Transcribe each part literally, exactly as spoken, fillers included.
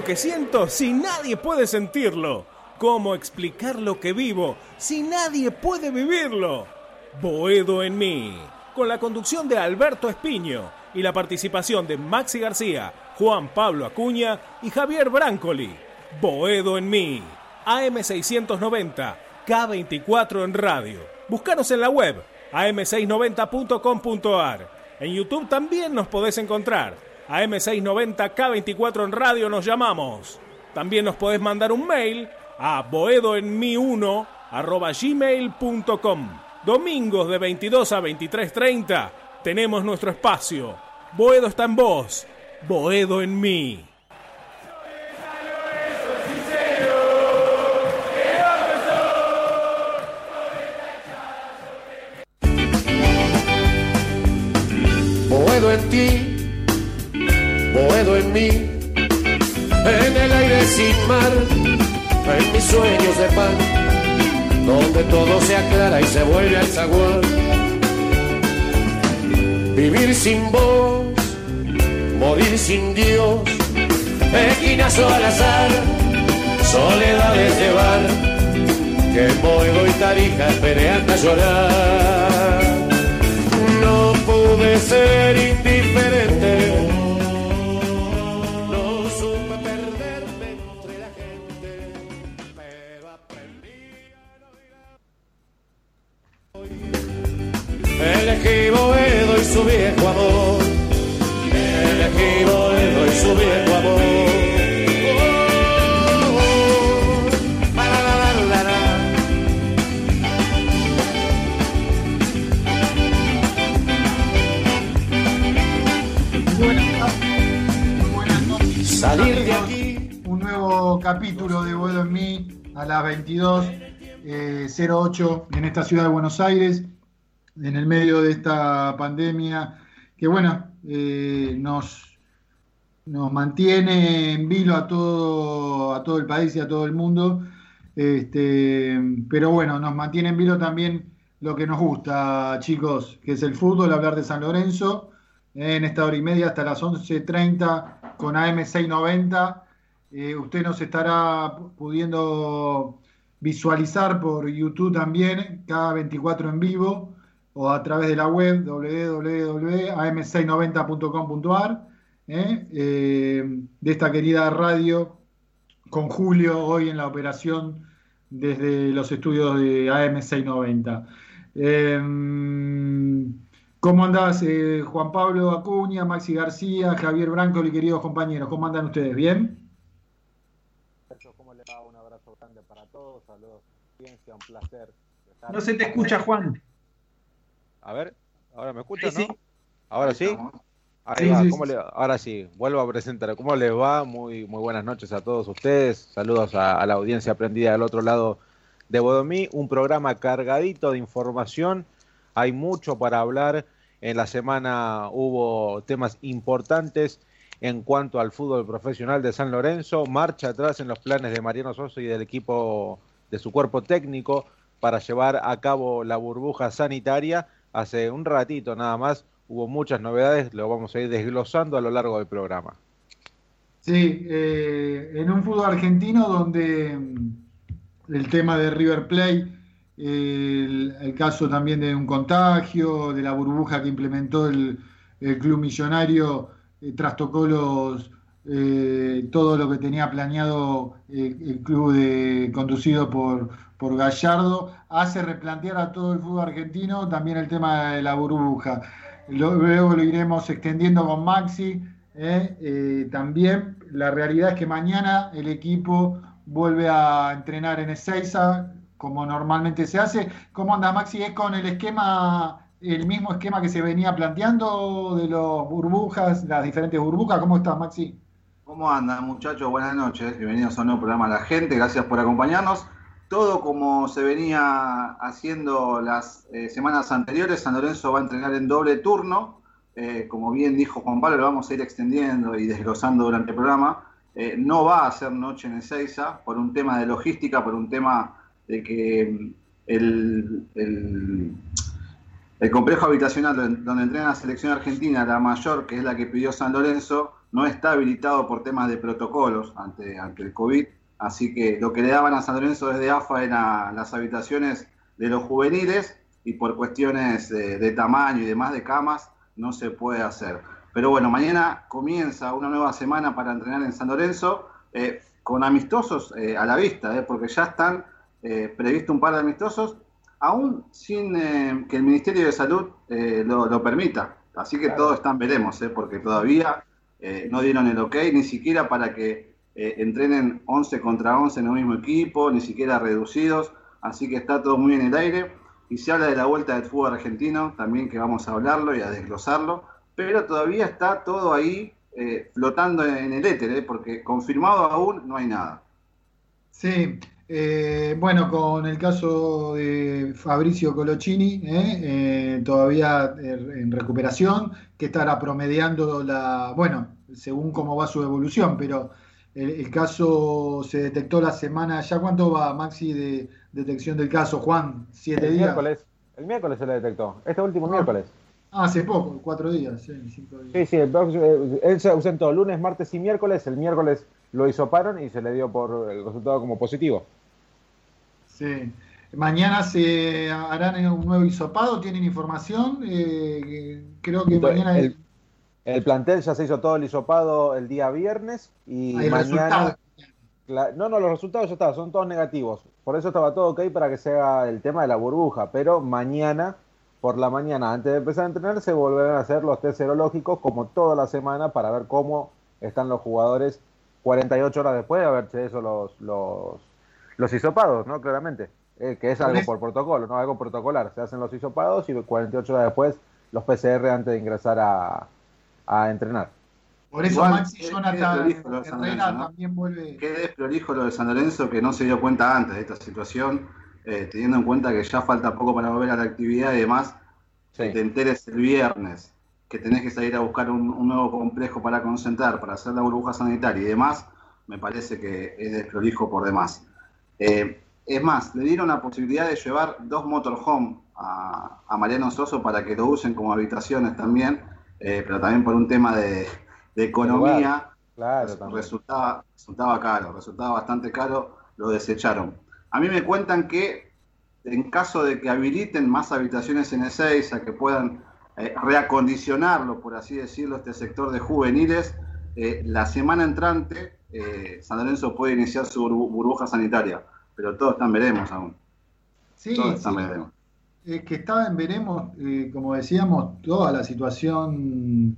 que siento si nadie puede sentirlo? ¿Cómo explicar lo que vivo si nadie puede vivirlo? Boedo en mí, con la conducción de Alberto Espiño y la participación de Maxi García, Juan Pablo Acuña y Javier Brancoli. Boedo en mí, A M seiscientos noventa, K veinticuatro en radio. Búscanos en la web, a eme seiscientos noventa punto com punto a r. En YouTube también nos podés encontrar. A eme seiscientos noventa K veinticuatro en radio nos llamamos. También nos podés mandar un mail a boedoenmi uno arroba gmail punto com. Domingos de veintidós a veintitrés treinta tenemos nuestro espacio. Boedo está en vos, Boedo en mí. Boedo en ti, boedo en mí, en el aire sin mar, en mis sueños de pan, donde todo se aclara y se vuelve al zaguán. Vivir sin vos, morir sin Dios, esquinazo al azar, soledades llevar, que en Boedo y Tarija esperé hasta llorar. No pude ser indiferente, no supe perderme entre la gente, pero aprendí a no ir. Elegí Boedo y su viejo amor, elegí Boedo y su viejo amor. Salir de aquí. Un nuevo capítulo de Boedo en mí a las veintidós cero ocho en esta ciudad de Buenos Aires, en el medio de esta pandemia que bueno eh, nos, nos mantiene en vilo a todo, a todo el país y a todo el mundo, este, pero bueno, nos mantiene en vilo también lo que nos gusta, chicos, que es el fútbol, hablar de San Lorenzo en esta hora y media hasta las once treinta con A M seiscientos noventa. Eh, usted nos estará pudiendo visualizar por YouTube también, K veinticuatro en vivo, o a través de la web doble u doble u doble u punto a eme seiscientos noventa punto com punto a r, eh, eh, de esta querida radio, con Julio hoy en la operación desde los estudios de A M seiscientos noventa. Eh, ¿Cómo andás, eh, Juan Pablo Acuña, Maxi García, Javier Brancoli, queridos compañeros? ¿Cómo andan ustedes? ¿Bien? ¿Cómo le va? Un abrazo grande para todos. Saludos, audiencia, un placer. No se te escucha, Juan. A ver, ¿ahora me escuchan, sí, no? sí. ¿Ahora sí? Ahí sí, va. sí, ¿Cómo sí. le va? Ahora sí, vuelvo a presentar. ¿Cómo les va? Muy, muy buenas noches a todos ustedes. Saludos a, a la audiencia prendida del otro lado de Boedo en mí. Un programa cargadito de información. Hay mucho para hablar. En la semana hubo temas importantes en cuanto al fútbol profesional de San Lorenzo. Marcha atrás en los planes de Mariano Soso y del equipo de su cuerpo técnico para llevar a cabo la burbuja sanitaria. Hace un ratito nada más hubo muchas novedades, lo vamos a ir desglosando a lo largo del programa. Sí, eh, en un fútbol argentino donde el tema de River Plate, El, el caso también de un contagio, de la burbuja que implementó el, el club millonario, eh, trastocó los, eh, todo lo que tenía planeado eh, el club de, conducido por, por Gallardo, hace replantear a todo el fútbol argentino también el tema de la burbuja. Lo, luego lo iremos extendiendo con Maxi. Eh, eh, también la realidad es que mañana el equipo vuelve a entrenar en Ezeiza, como normalmente se hace. ¿Cómo anda, Maxi? ¿Es con el esquema, el mismo esquema que se venía planteando de los burbujas, las diferentes burbujas? ¿Cómo estás, Maxi? ¿Cómo andan, muchachos? Buenas noches. Bienvenidos a un nuevo programa a la gente. Gracias por acompañarnos. Todo como se venía haciendo las eh, semanas anteriores. San Lorenzo va a entrenar en doble turno. Eh, como bien dijo Juan Pablo, lo vamos a ir extendiendo y desglosando durante el programa. Eh, no va a ser noche en Ezeiza por un tema de logística, por un tema de que el, el, el complejo habitacional donde entrena la selección argentina, la mayor, que es la que pidió San Lorenzo, no está habilitado por temas de protocolos ante, ante el COVID, así que lo que le daban a San Lorenzo desde A F A eran las habitaciones de los juveniles y por cuestiones de, de tamaño y demás de camas no se puede hacer. Pero bueno, mañana comienza una nueva semana para entrenar en San Lorenzo, eh, con amistosos eh, a la vista, eh, porque ya están eh, previstos un par de amistosos, aún sin eh, que el Ministerio de Salud eh, lo, lo permita. Así que claro, todo está en veremos, eh, porque todavía eh, no dieron el ok, ni siquiera para que eh, entrenen once contra once en el mismo equipo, ni siquiera reducidos. Así que está todo muy en el aire. Y se habla de la vuelta del fútbol argentino, también que vamos a hablarlo y a desglosarlo. Pero todavía está todo ahí eh, flotando en el éter, eh, porque confirmado aún no hay nada. Sí. Eh, bueno, con el caso de Fabricio Colochini, eh, eh, todavía en recuperación, que estará promediando la, bueno, según cómo va su evolución, pero el, el caso se detectó la semana, ¿ya cuánto va, Maxi, de detección del caso, Juan? ¿Siete el días? Miércoles, el miércoles se le detectó, este último ah, miércoles. Ah, hace poco, cuatro días, sí, cinco días. Sí, sí, el, él se ausentó lunes, martes y miércoles, el miércoles lo hisoparon y se le dio por el resultado como positivo. Sí. Mañana se harán un nuevo hisopado, ¿tienen información? Eh, creo que Entonces, mañana... El, el plantel ya se hizo todo el hisopado el día viernes y ah, mañana... La, no, no, los resultados ya están, son todos negativos. Por eso estaba todo ok para que se haga el tema de la burbuja, pero mañana, por la mañana, antes de empezar a entrenar, se volverán a hacer los test serológicos como toda la semana para ver cómo están los jugadores cuarenta y ocho horas después de haberse hecho los... los Los hisopados, ¿no? Claramente, eh, que es algo por protocolo, ¿no? Algo protocolar. Se hacen los hisopados y cuarenta y ocho horas después los P C R antes de ingresar a, a entrenar. Por eso Igual, Maxi Jonathan Herrera ¿no? también vuelve... Qué desprolijo lo de San Lorenzo, que no se dio cuenta antes de esta situación, eh, teniendo en cuenta que ya falta poco para volver a la actividad y demás, sí. Que te enteres el viernes, que tenés que salir a buscar un, un nuevo complejo para concentrar, para hacer la burbuja sanitaria y demás, me parece que es desprolijo por demás. Eh, es más, le dieron la posibilidad de llevar dos motorhome a, a Mariano Soso para que lo usen como habitaciones también, eh, pero también por un tema de, de economía, claro, resultaba, resultaba caro, resultaba bastante caro, lo desecharon. A mí me cuentan que en caso de que habiliten más habitaciones en Ezeiza, que puedan eh, reacondicionarlo, por así decirlo, este sector de juveniles, eh, la semana entrante Eh, San Lorenzo puede iniciar su burbuja sanitaria, pero todo está en veremos aún. Sí, todo está sí. en veremos. Es que estaba en veremos, eh, como decíamos, toda la situación.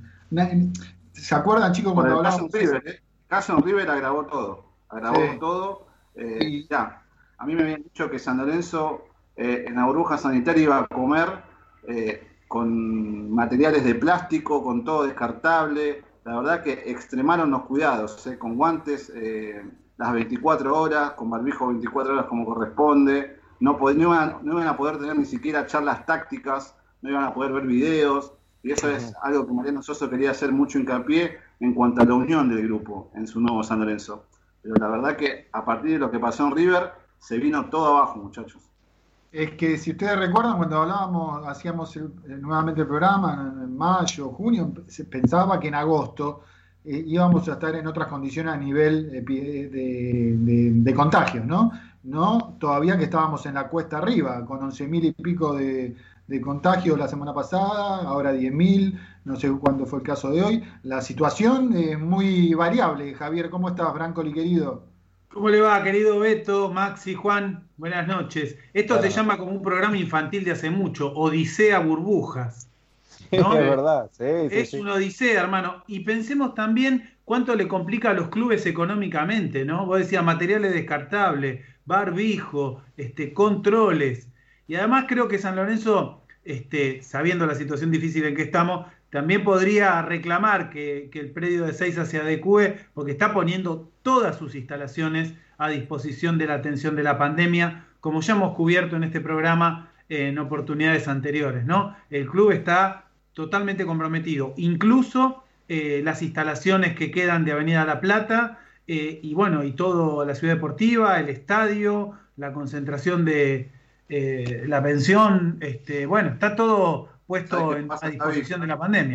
¿Se acuerdan, chicos, cuando hablábamos? Carson River agravó todo, agravó sí. todo. Eh, sí. Ya, a mí me habían dicho que San Lorenzo eh, en la burbuja sanitaria iba a comer eh, con materiales de plástico, con todo descartable. La verdad que extremaron los cuidados, ¿eh? Con guantes eh, las veinticuatro horas, con barbijo veinticuatro horas como corresponde. No, pod- no, iban, no iban a poder tener ni siquiera charlas tácticas, no iban a poder ver videos. Y eso es algo que Mariano Soso quería hacer mucho hincapié en cuanto a la unión del grupo en su nuevo San Lorenzo. Pero la verdad que a partir de lo que pasó en River, se vino todo abajo, muchachos. Es que si ustedes recuerdan, cuando hablábamos, hacíamos el, nuevamente el programa en mayo, junio, se pensaba que en agosto eh, íbamos a estar en otras condiciones a nivel de, de, de, de contagio, ¿no? No, todavía que estábamos en la cuesta arriba, con once mil y pico de, de contagios la semana pasada, ahora diez mil, no sé cuándo fue el caso de hoy. La situación es muy variable. Javier, ¿cómo estás, Brancoli, querido? ¿Cómo le va, querido Beto, Maxi, Juan? Buenas noches. Esto claro. se llama como un programa infantil de hace mucho, Odisea Burbujas. ¿No? Sí, es verdad. Sí, es sí, una odisea, hermano. Y pensemos también cuánto le complica a los clubes económicamente, ¿no? Vos decías materiales descartables, barbijo, este, controles. Y además creo que San Lorenzo, este, sabiendo la situación difícil en que estamos, también podría reclamar que, que el predio de Ezeiza se adecue, porque está poniendo todas sus instalaciones a disposición de la atención de la pandemia, como ya hemos cubierto en este programa en oportunidades anteriores, ¿no? El club está totalmente comprometido, incluso eh, las instalaciones que quedan de Avenida La Plata, eh, y bueno, y todo, la ciudad deportiva, el estadio, la concentración de eh, la pensión, este, bueno, está todo puesto en, a disposición de la pandemia, ¿no?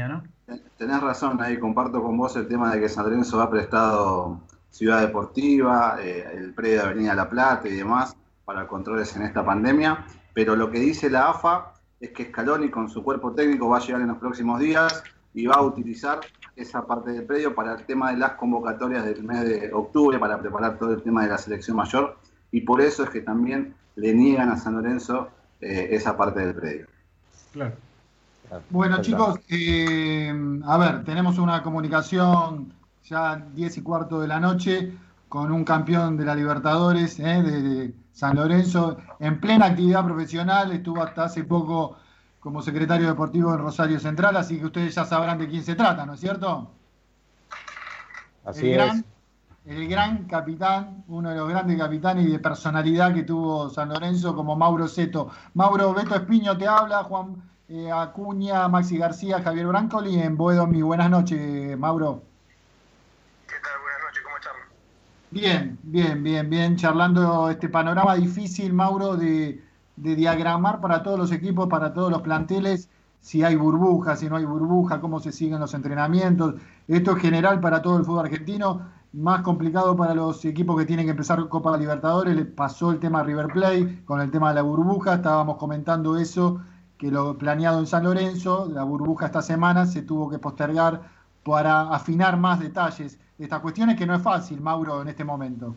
Tenés razón, ahí comparto con vos el tema de que San Lorenzo ha prestado ciudad deportiva, eh, el predio de Avenida La Plata y demás para controles en esta pandemia, pero lo que dice la A F A es que Scaloni con su cuerpo técnico va a llegar en los próximos días y va a utilizar esa parte del predio para el tema de las convocatorias del mes de octubre, para preparar todo el tema de la selección mayor, y por eso es que también le niegan a San Lorenzo eh, esa parte del predio. Claro. Bueno, chicos, eh, a ver, tenemos una comunicación ya diez y cuarto de la noche con un campeón de la Libertadores, eh, de, de San Lorenzo, en plena actividad profesional, estuvo hasta hace poco como secretario deportivo en Rosario Central, así que ustedes ya sabrán de quién se trata, ¿no es cierto? Así el es. Gran, el gran capitán, uno de los grandes capitanes y de personalidad que tuvo San Lorenzo, como Mauro Seto. Mauro, Beto Espiño te habla, Juan eh, Acuña, Maxi García, Javier Brancoli en Boedo Mi. Buenas noches, Mauro. ¿Qué tal? Buenas noches, ¿cómo están? Bien, bien, bien, bien, charlando este panorama difícil, Mauro, de, de diagramar para todos los equipos, para todos los planteles, si hay burbuja, si no hay burbuja, cómo se siguen los entrenamientos. Esto es general para todo el fútbol argentino, más complicado para los equipos que tienen que empezar Copa Libertadores. Le pasó el tema River Plate con el tema de la burbuja, estábamos comentando eso, que lo planeado en San Lorenzo, la burbuja esta semana se tuvo que postergar para afinar más detalles. Esta cuestión es que no es fácil, Mauro, en este momento.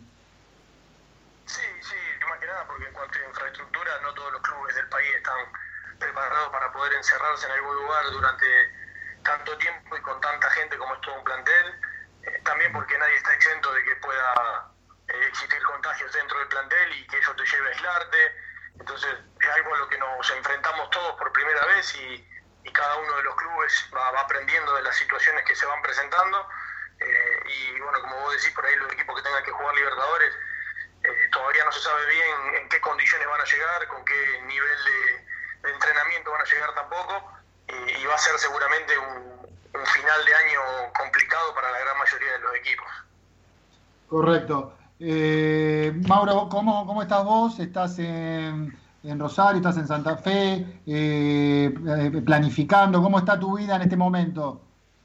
Sí, sí, más que nada porque en cuanto a infraestructura no todos los clubes del país están preparados para poder encerrarse en algún lugar durante tanto tiempo y con tanta gente como es todo un plantel. Eh, también porque nadie está exento de que pueda eh, existir contagios dentro del plantel y que eso te lleve a aislarte. Entonces es algo a lo que nos enfrentamos todos por primera vez y, y cada uno de los clubes va, va aprendiendo de las situaciones que se van presentando. Eh, y bueno, como vos decís, por ahí los equipos que tengan que jugar Libertadores eh, todavía no se sabe bien en qué condiciones van a llegar, con qué nivel de, de entrenamiento van a llegar tampoco, y, y va a ser seguramente un, un final de año complicado para la gran mayoría de los equipos. Correcto. Eh, Mauro, ¿cómo, ¿cómo estás vos? ¿Estás en, en Rosario? ¿Estás en Santa Fe? Eh, ¿Planificando? ¿Cómo está tu vida en este momento?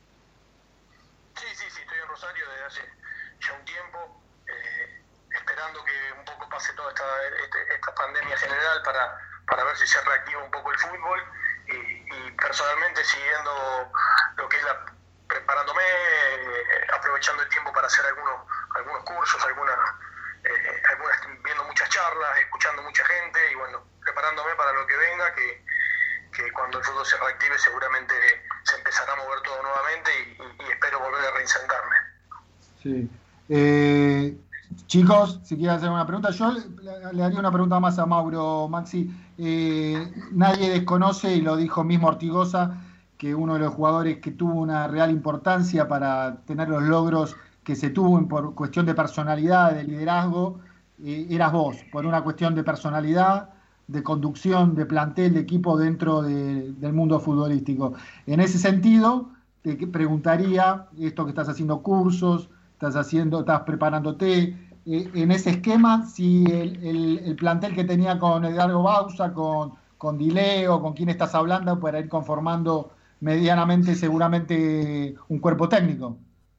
Sí, sí, sí, estoy en Rosario desde hace ya un tiempo, eh, esperando que un poco pase toda esta, este, esta pandemia general para, para ver si se reactiva un poco el fútbol y, y personalmente siguiendo lo que es la, preparándome, eh, aprovechando el tiempo para hacer algunos, algunos cursos, algunas, eh, algunas, viendo muchas charlas, escuchando mucha gente y bueno, preparándome para lo que venga, que, que cuando el fútbol se reactive seguramente se empezará a mover todo nuevamente y, y, y espero volver a reinsentarme. Sí. Eh, chicos, si quieren hacer una pregunta, yo le, le haría una pregunta más a Mauro, Maxi. Eh, nadie desconoce, y lo dijo mismo Ortigosa, que uno de los jugadores que tuvo una real importancia para tener los logros que se tuvo por cuestión de personalidad, de liderazgo, eh, eras vos, por una cuestión de personalidad, de conducción, de plantel, de equipo dentro de, del mundo futbolístico. En ese sentido, te preguntaría, esto que estás haciendo cursos, estás haciendo, estás preparándote, eh, en ese esquema, si el, el, el plantel que tenía con Edgardo Bauza, con, con Dileo, con quién estás hablando, para ir conformando medianamente, seguramente, un cuerpo técnico.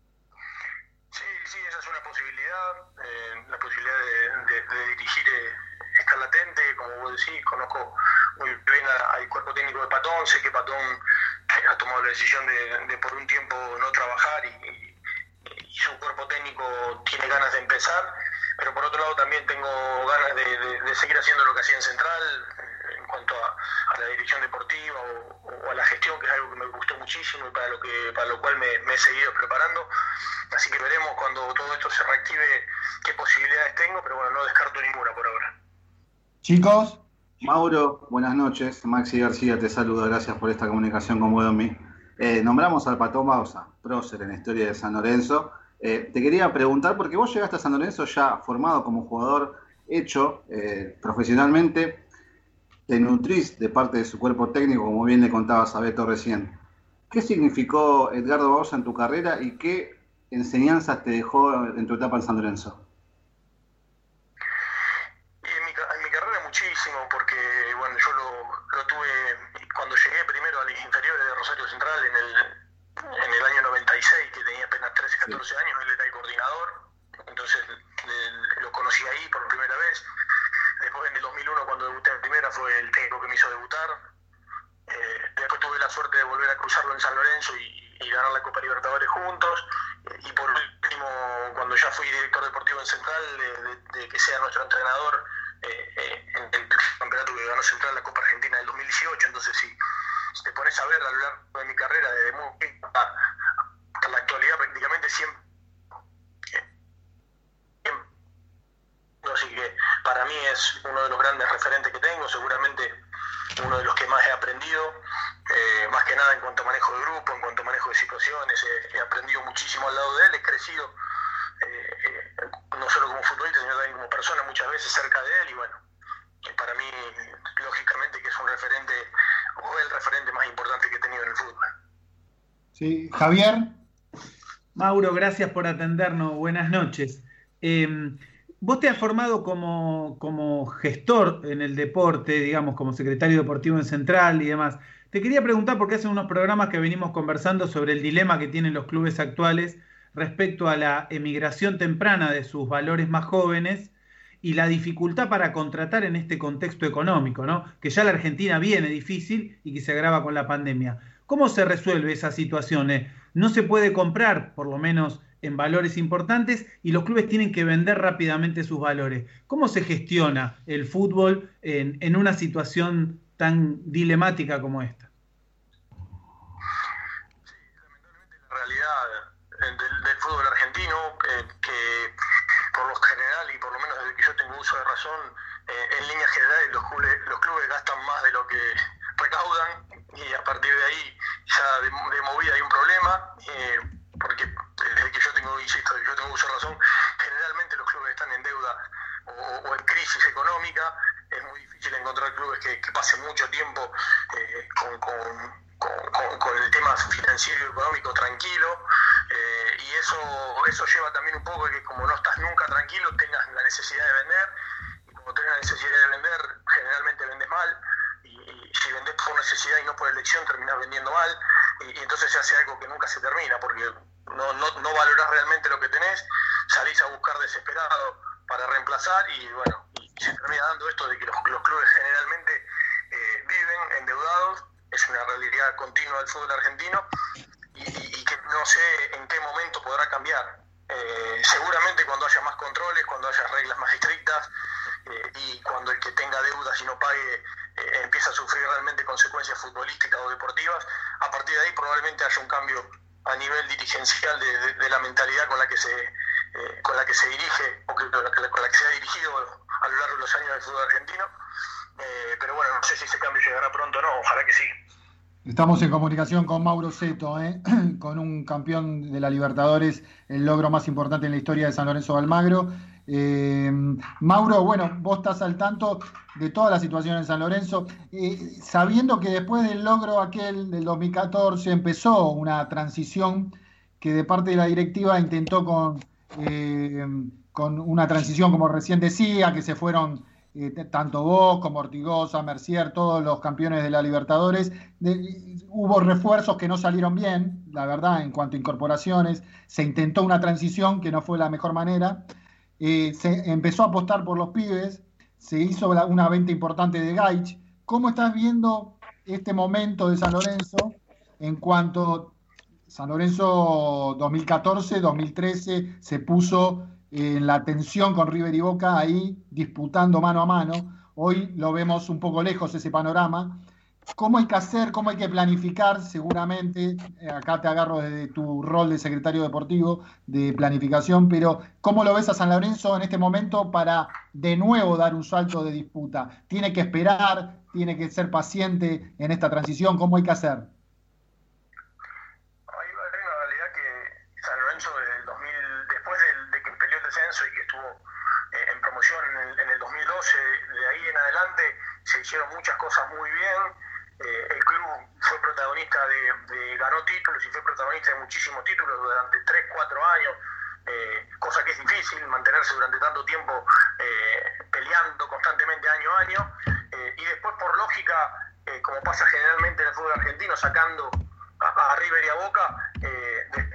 Sí, sí, esa es una posibilidad, eh, la posibilidad de, de, de dirigir eh, está latente, como vos decís, conozco muy bien a, al cuerpo técnico de Patón, sé que Patón eh, ha tomado la decisión de, de por un tiempo no trabajar y, y, y su cuerpo técnico tiene ganas de empezar, pero por otro lado también tengo ganas de, de, de seguir haciendo lo que hacía en Central eh, en cuanto a, a la dirección deportiva o, o a la gestión, que es algo que me gustó muchísimo y para lo, que, para lo cual me, me he seguido preparando. Así que veremos cuando todo esto se reactive qué posibilidades tengo, pero bueno, no descarto ninguna por ahora. Chicos. Mauro, buenas noches. Maxi García te saluda, gracias por esta comunicación con Boedo-Mi. Eh, nombramos al Patón Bauza, prócer en la historia de San Lorenzo. Eh, te quería preguntar, porque vos llegaste a San Lorenzo ya formado como jugador hecho eh, profesionalmente, te nutrís de parte de su cuerpo técnico, como bien le contabas a Beto recién. ¿Qué significó Edgardo Bauza en tu carrera y qué enseñanzas te dejó en tu etapa en San Lorenzo? Muchísimo, porque bueno, yo lo, lo tuve cuando llegué primero a las inferiores de Rosario Central en el y seis, que tenía apenas trece, catorce años, él era el coordinador, entonces le, lo conocí ahí por primera vez. Después en el dos mil uno, cuando debuté en primera, fue el técnico que me hizo debutar. Eh, después tuve la suerte de volver a cruzarlo en San Lorenzo y, y ganar la Copa Libertadores juntos. Eh, y por último, cuando ya fui director deportivo en Central, de, de, de que sea nuestro entrenador eh, eh, en el campeonato que ganó Central, la Copa Argentina del dos mil dieciocho. Entonces, si, si te pones a ver a lo largo de mi carrera, desde muy hasta, hasta la actualidad, prácticamente siempre. Así que para mí es uno de los grandes referentes que tengo, seguramente uno de los que más he aprendido, eh, más que nada en cuanto a manejo de grupo, en cuanto a manejo de situaciones. Eh, he aprendido muchísimo al lado de él, he crecido eh, eh, no solo como futbolista, sino también como persona muchas veces cerca de él, y bueno, eh, para mí lógicamente que es un referente, o el referente más importante que he tenido en el fútbol. Sí, Javier. Mauro, gracias por atendernos, buenas noches. Eh, Vos te has formado como, como gestor en el deporte, digamos, como secretario deportivo en Central y demás. Te quería preguntar, porque hace unos programas que venimos conversando sobre el dilema que tienen los clubes actuales respecto a la emigración temprana de sus valores más jóvenes y la dificultad para contratar en este contexto económico, ¿no? Que ya la Argentina viene difícil y que se agrava con la pandemia. ¿Cómo se resuelve esa situación? Eh, no se puede comprar, por lo menos en valores importantes, y los clubes tienen que vender rápidamente sus valores. ¿Cómo se gestiona el fútbol en, en una situación tan dilemática como esta? Sí, lamentablemente la realidad del, del fútbol argentino, eh, que por lo general y por lo menos desde que yo tengo uso de razón, eh, en líneas generales los clubes, los clubes gastan más de lo que recaudan, y a partir de ahí ya de, de movida hay un problema, eh, porque desde que yo tengo, insisto, yo tengo uso de razón, generalmente los clubes están en deuda o, o en crisis económica. Es muy difícil encontrar clubes que, que pasen mucho tiempo eh, con, con, con, con el tema financiero y económico tranquilo, eh, y eso, eso lleva también un poco a que, como no estás nunca tranquilo, tengas la necesidad de vender, y como tengas la necesidad de vender, generalmente vendes mal, y, y si vendes por necesidad y no por elección, terminás vendiendo mal, y, y entonces se hace algo que nunca se termina, porque no, no, no valorás realmente lo que tenés, salís a buscar desesperado para reemplazar, y bueno, y se termina dando esto de que los, los clubes generalmente eh, viven endeudados. Es una realidad continua del fútbol argentino, y, y, y que no sé en qué momento podrá cambiar. Eh, seguramente cuando haya más controles, cuando haya reglas más estrictas, eh, y cuando el que tenga deudas y no pague eh, empieza a sufrir realmente consecuencias futbolísticas o deportivas, a partir de ahí probablemente haya un cambio a nivel dirigencial de, de, de la mentalidad con la que se eh, con la que se dirige, o que, con, la que, con la que se ha dirigido a lo largo de los años del fútbol argentino. Eh, pero bueno, no sé si ese cambio llegará pronto o no, ojalá que sí. Estamos en comunicación con Mauro Seto, ¿eh? con un campeón de la Libertadores, el logro más importante en la historia de San Lorenzo de Almagro. Eh, Mauro, bueno, vos estás al tanto de toda la situación en San Lorenzo, eh, sabiendo que después del logro aquel del dos mil catorce empezó una transición que de parte de la directiva intentó con, eh, con una transición, como recién decía, que se fueron eh, tanto vos como Ortigosa, Mercier, todos los campeones de la Libertadores. De, hubo refuerzos que no salieron bien, la verdad, en cuanto a incorporaciones. Se intentó una transición que no fue la mejor manera. Eh, se empezó a apostar por los pibes, se hizo la, una venta importante de Gaich. ¿Cómo estás viendo este momento de San Lorenzo en cuanto San Lorenzo dos mil catorce, dos mil trece se puso en la tensión con River y Boca ahí disputando mano a mano? Hoy lo vemos un poco lejos ese panorama. ¿Cómo hay que hacer, cómo hay que planificar? Seguramente, acá te agarro desde tu rol de secretario deportivo de planificación, pero ¿cómo lo ves a San Lorenzo en este momento para de nuevo dar un salto de disputa? ¿Tiene que esperar? ¿Tiene que ser paciente en esta transición? ¿Cómo hay que hacer? Hay una realidad que San Lorenzo del dos mil, después de, de que peleó el descenso y que estuvo eh, en promoción en el, en el dos mil doce, de ahí en adelante se hicieron muchas cosas muy bien. Eh, el club fue protagonista de, de, ganó títulos y fue protagonista de muchísimos títulos durante tres, cuatro años, eh, cosa que es difícil mantenerse durante tanto tiempo eh, peleando constantemente año a año, eh, y después por lógica, eh, como pasa generalmente en el fútbol argentino, sacando a, a River y a Boca, eh, de,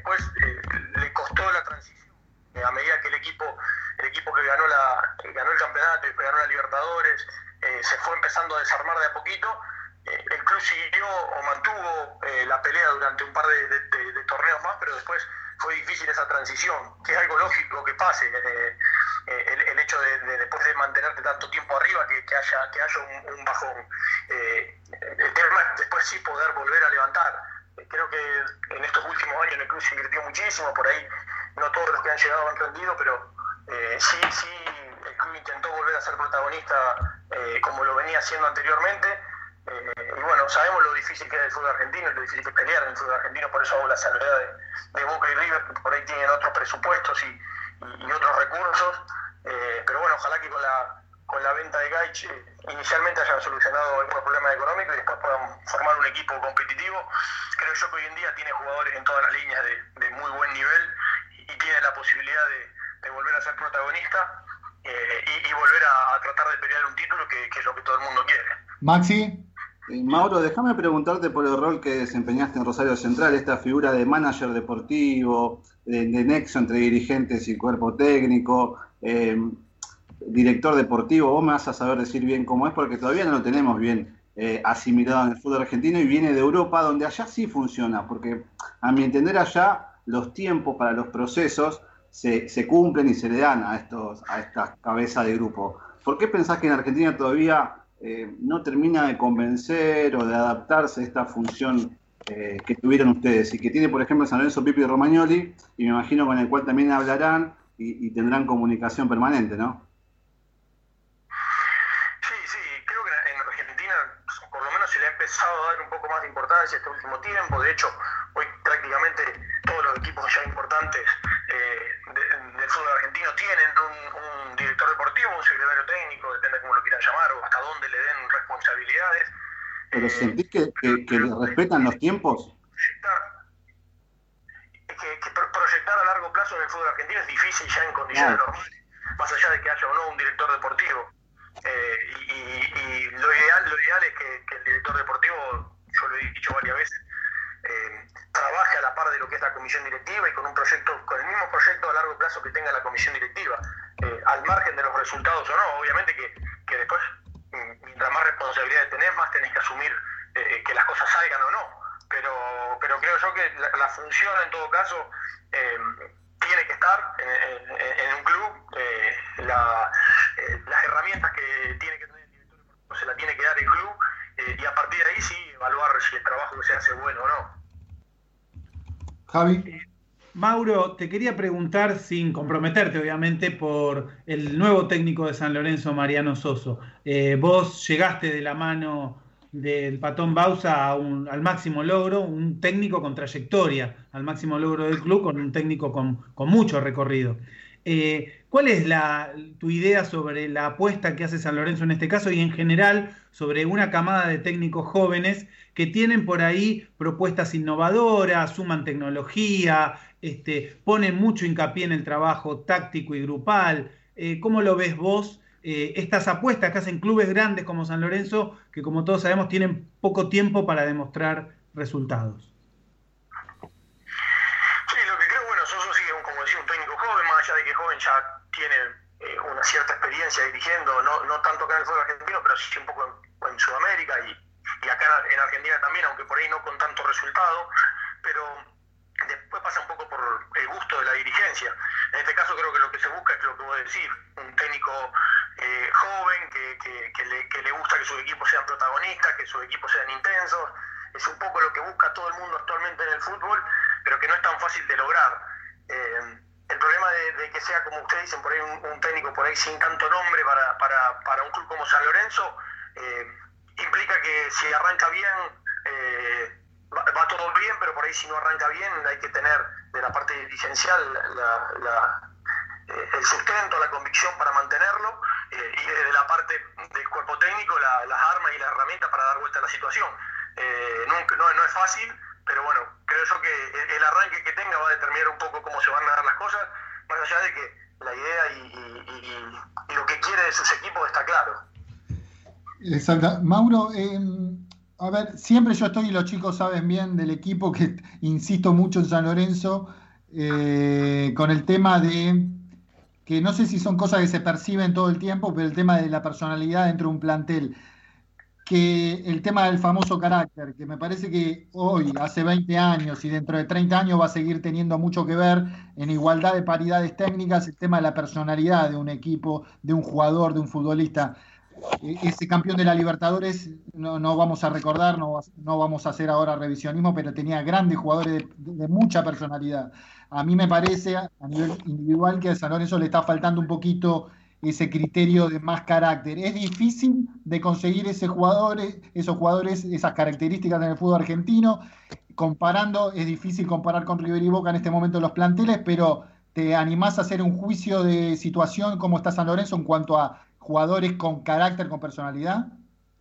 después eh, le costó la transición. Eh, a medida que el equipo, el equipo que ganó, la, que ganó el campeonato y que ganó la Libertadores, eh, se fue empezando a desarmar de a poquito, eh, el club siguió o mantuvo eh, la pelea durante un par de, de, de, de torneos más, pero después fue difícil esa transición, que es algo lógico que pase, eh, eh, el, el hecho de, de después de mantenerte tanto tiempo arriba, que, que haya, que haya un, un bajón. Eh, el tema es después sí poder volver a levantar. Eh, creo que en estos últimos años en el club se invirtió muchísimo, por ahí no todos los que han llegado han rendido, pero eh, sí, sí, el club intentó volver a ser protagonista eh, como lo venía haciendo anteriormente. Eh, y bueno, sabemos lo difícil que es el fútbol argentino, lo difícil que es pelear en el fútbol argentino, por eso hago la salvedad de, de Boca y River, que por ahí tienen otros presupuestos y, y, y otros recursos, eh, pero bueno, ojalá que con la, con la venta de Gaich eh, inicialmente hayan solucionado algunos problemas económicos y después puedan formar un equipo competitivo. Creo yo que hoy en día tiene jugadores en todas las líneas de, de muy buen nivel y, y tiene la posibilidad de, de volver a ser protagonista eh, y, y volver a, a tratar de pelear un título que, que es lo que todo el mundo quiere. Maxi. Eh, Mauro, déjame preguntarte por el rol que desempeñaste en Rosario Central, esta figura de manager deportivo, de, de nexo entre dirigentes y cuerpo técnico, eh, director deportivo. Vos me vas a saber decir bien cómo es, porque todavía no lo tenemos bien eh, asimilado en el fútbol argentino y viene de Europa, donde allá sí funciona, porque a mi entender allá los tiempos para los procesos se, se cumplen y se le dan a, estos, a estas cabezas de grupo. ¿Por qué pensás que en Argentina todavía Eh, no termina de convencer o de adaptarse a esta función eh, que tuvieron ustedes y que tiene, por ejemplo, San Lorenzo, Pipi y Romagnoli, y me imagino con el cual también hablarán y, y tendrán comunicación permanente, ¿no? Sí, sí, creo que en Argentina por lo menos se le ha empezado a dar un poco más de importancia este último tiempo. De hecho, hoy prácticamente todos los equipos ya importantes eh, de, del fútbol argentino tienen un, un director deportivo, un secretario técnico, depende cómo lo quieran llamar o hasta dónde le den responsabilidades. ¿Pero eh, sentís que, que, que le respetan los tiempos? Proyectar, que, que proyectar a largo plazo en el fútbol argentino es difícil ya en condiciones Claro. normales, más allá de que haya o no un director deportivo. Eh, y, y, y lo ideal lo ideal es que, que el director deportivo, yo lo he dicho varias veces, eh, trabaje a la par de lo que es la comisión directiva y con un proyecto, con el mismo proyecto a largo plazo que tenga la comisión directiva, eh, al margen de los resultados o no. Obviamente que, que después, mientras más responsabilidades tenés, más tenés que asumir eh, que las cosas salgan o no, pero, pero creo yo que la, la función en todo caso eh, tiene que estar en, en, en un club, eh, la, eh, las herramientas que tiene que tener el director deportivo se la tiene que dar el club, eh, y a partir de ahí sí evaluar si el trabajo que se hace es bueno o no. Javi. Mauro, te quería preguntar, sin comprometerte obviamente, por el nuevo técnico de San Lorenzo, Mariano Soso. Eh, vos llegaste de la mano del Patón Bauza a un, al máximo logro, un técnico con trayectoria, al máximo logro del club, con un técnico con, con mucho recorrido. Eh, ¿Cuál es la, tu idea sobre la apuesta que hace San Lorenzo en este caso y en general sobre una camada de técnicos jóvenes que tienen por ahí propuestas innovadoras, suman tecnología, este, ponen mucho hincapié en el trabajo táctico y grupal? Eh, ¿Cómo lo ves vos? Eh, estas apuestas que hacen clubes grandes como San Lorenzo, que como todos sabemos tienen poco tiempo para demostrar resultados. Sí, lo que creo, bueno, Soso sí es un, como decía, un técnico joven, más allá de que joven ya tiene eh, una cierta experiencia dirigiendo, no, no tanto acá en el fútbol argentino, pero sí un poco en, en Sudamérica y, y acá en Argentina también, aunque por ahí no con tanto resultado, pero después pasa un poco por el gusto de la dirigencia. En este caso creo que lo que se busca es lo que voy a decir, un técnico eh, joven que, que, que, le, que le gusta que sus equipos sean protagonistas, que sus equipos sean intensos. Es un poco lo que busca todo el mundo actualmente en el fútbol, pero que no es tan fácil de lograr. Eh, el problema de, de que sea, como ustedes dicen, por ahí un, un técnico por ahí sin tanto nombre para, para, para un club como San Lorenzo, eh, implica que si arranca bien, eh, va, va todo bien, pero por ahí si no arranca bien hay que tener de la parte dirigencial la, la, eh, el sustento, la convicción para mantenerlo, eh, y desde la parte del cuerpo técnico la, las armas y las herramientas para dar vuelta a la situación. Eh, nunca, no, no es fácil, pero bueno, creo yo que el arranque que tenga va a determinar un poco cómo se van a dar las cosas, más allá de que la idea y, y, y, y lo que quiere de sus equipos está claro. Exacto. Mauro, eh, A ver, siempre yo estoy, y los chicos saben bien del equipo, que insisto mucho en San Lorenzo, eh, con el tema de, que no sé si son cosas que se perciben todo el tiempo, pero el tema de la personalidad dentro de un plantel, que el tema del famoso carácter, que me parece que hoy, hace veinte años y dentro de treinta años va a seguir teniendo mucho que ver en igualdad de paridades técnicas, el tema de la personalidad de un equipo, de un jugador, de un futbolista. Ese campeón de la Libertadores, no, no vamos a recordar, no, no vamos a hacer ahora revisionismo, pero tenía grandes jugadores de, de mucha personalidad. A mí me parece, a nivel individual, que a San Lorenzo le está faltando un poquito ese criterio de más carácter. Es difícil de conseguir ese jugador, esos jugadores, esas características en el fútbol argentino. Comparando, es difícil comparar con River y Boca en este momento los planteles, pero ¿te animás a hacer un juicio de situación cómo está San Lorenzo en cuanto a jugadores con carácter, con personalidad? A ver,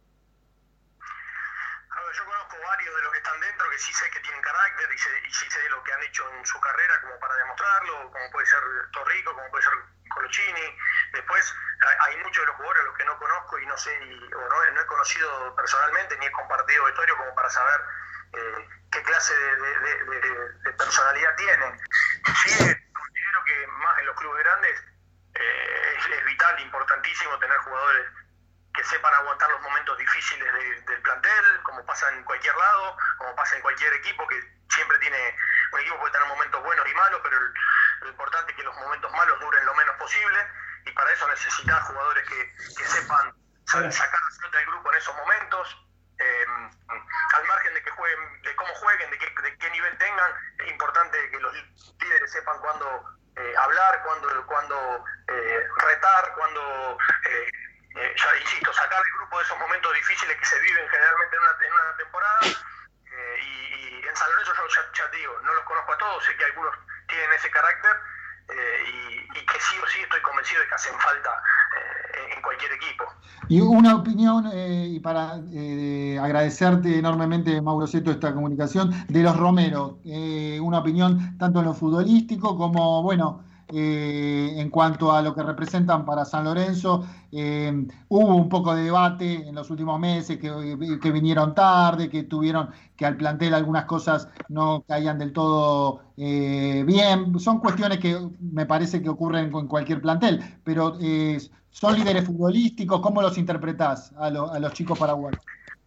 yo conozco varios de los que están dentro que sí sé que tienen carácter y, sé, y sí sé lo que han hecho en su carrera como para demostrarlo, como puede ser Torrico, como puede ser Colochini. Después hay muchos de los jugadores a los que no conozco y no sé, y, o no, no he conocido personalmente ni he compartido vestuario como para saber eh, qué clase de, de, de, de, de personalidad tienen. Sí, considero que más en los clubes grandes Eh, es, es vital, importantísimo tener jugadores que sepan aguantar los momentos difíciles de, del plantel, como pasa en cualquier lado, como pasa en cualquier equipo, que siempre tiene, un equipo puede tener momentos buenos y malos, pero el, lo importante es que los momentos malos duren lo menos posible, y para eso necesitas jugadores que, que sepan sacar a flote al grupo en esos momentos, eh, al margen de que jueguen, de cómo jueguen, de qué, de qué nivel tengan. Es importante que los líderes sepan cuándo Eh, hablar, cuando, cuando eh, retar, cuando, eh, eh, ya insisto, sacar el grupo de esos momentos difíciles que se viven generalmente en una, en una temporada. Eh, y, y en San Lorenzo yo ya, ya te digo, no los conozco a todos, sé que algunos tienen ese carácter eh, y, y que sí o sí estoy convencido de que hacen falta eh, en cualquier equipo. Y una opinión, eh, y para eh, agradecerte enormemente, Mauro Seto, esta comunicación, de los Romero. Eh, una opinión tanto en lo futbolístico como, bueno, eh, en cuanto a lo que representan para San Lorenzo. Eh, hubo un poco de debate en los últimos meses, que, que vinieron tarde, que tuvieron que al plantel algunas cosas no caían del todo eh, bien. Son cuestiones que me parece que ocurren con cualquier plantel, pero eh, son líderes futbolísticos. ¿Cómo los interpretás a, lo, a los chicos paraguayos?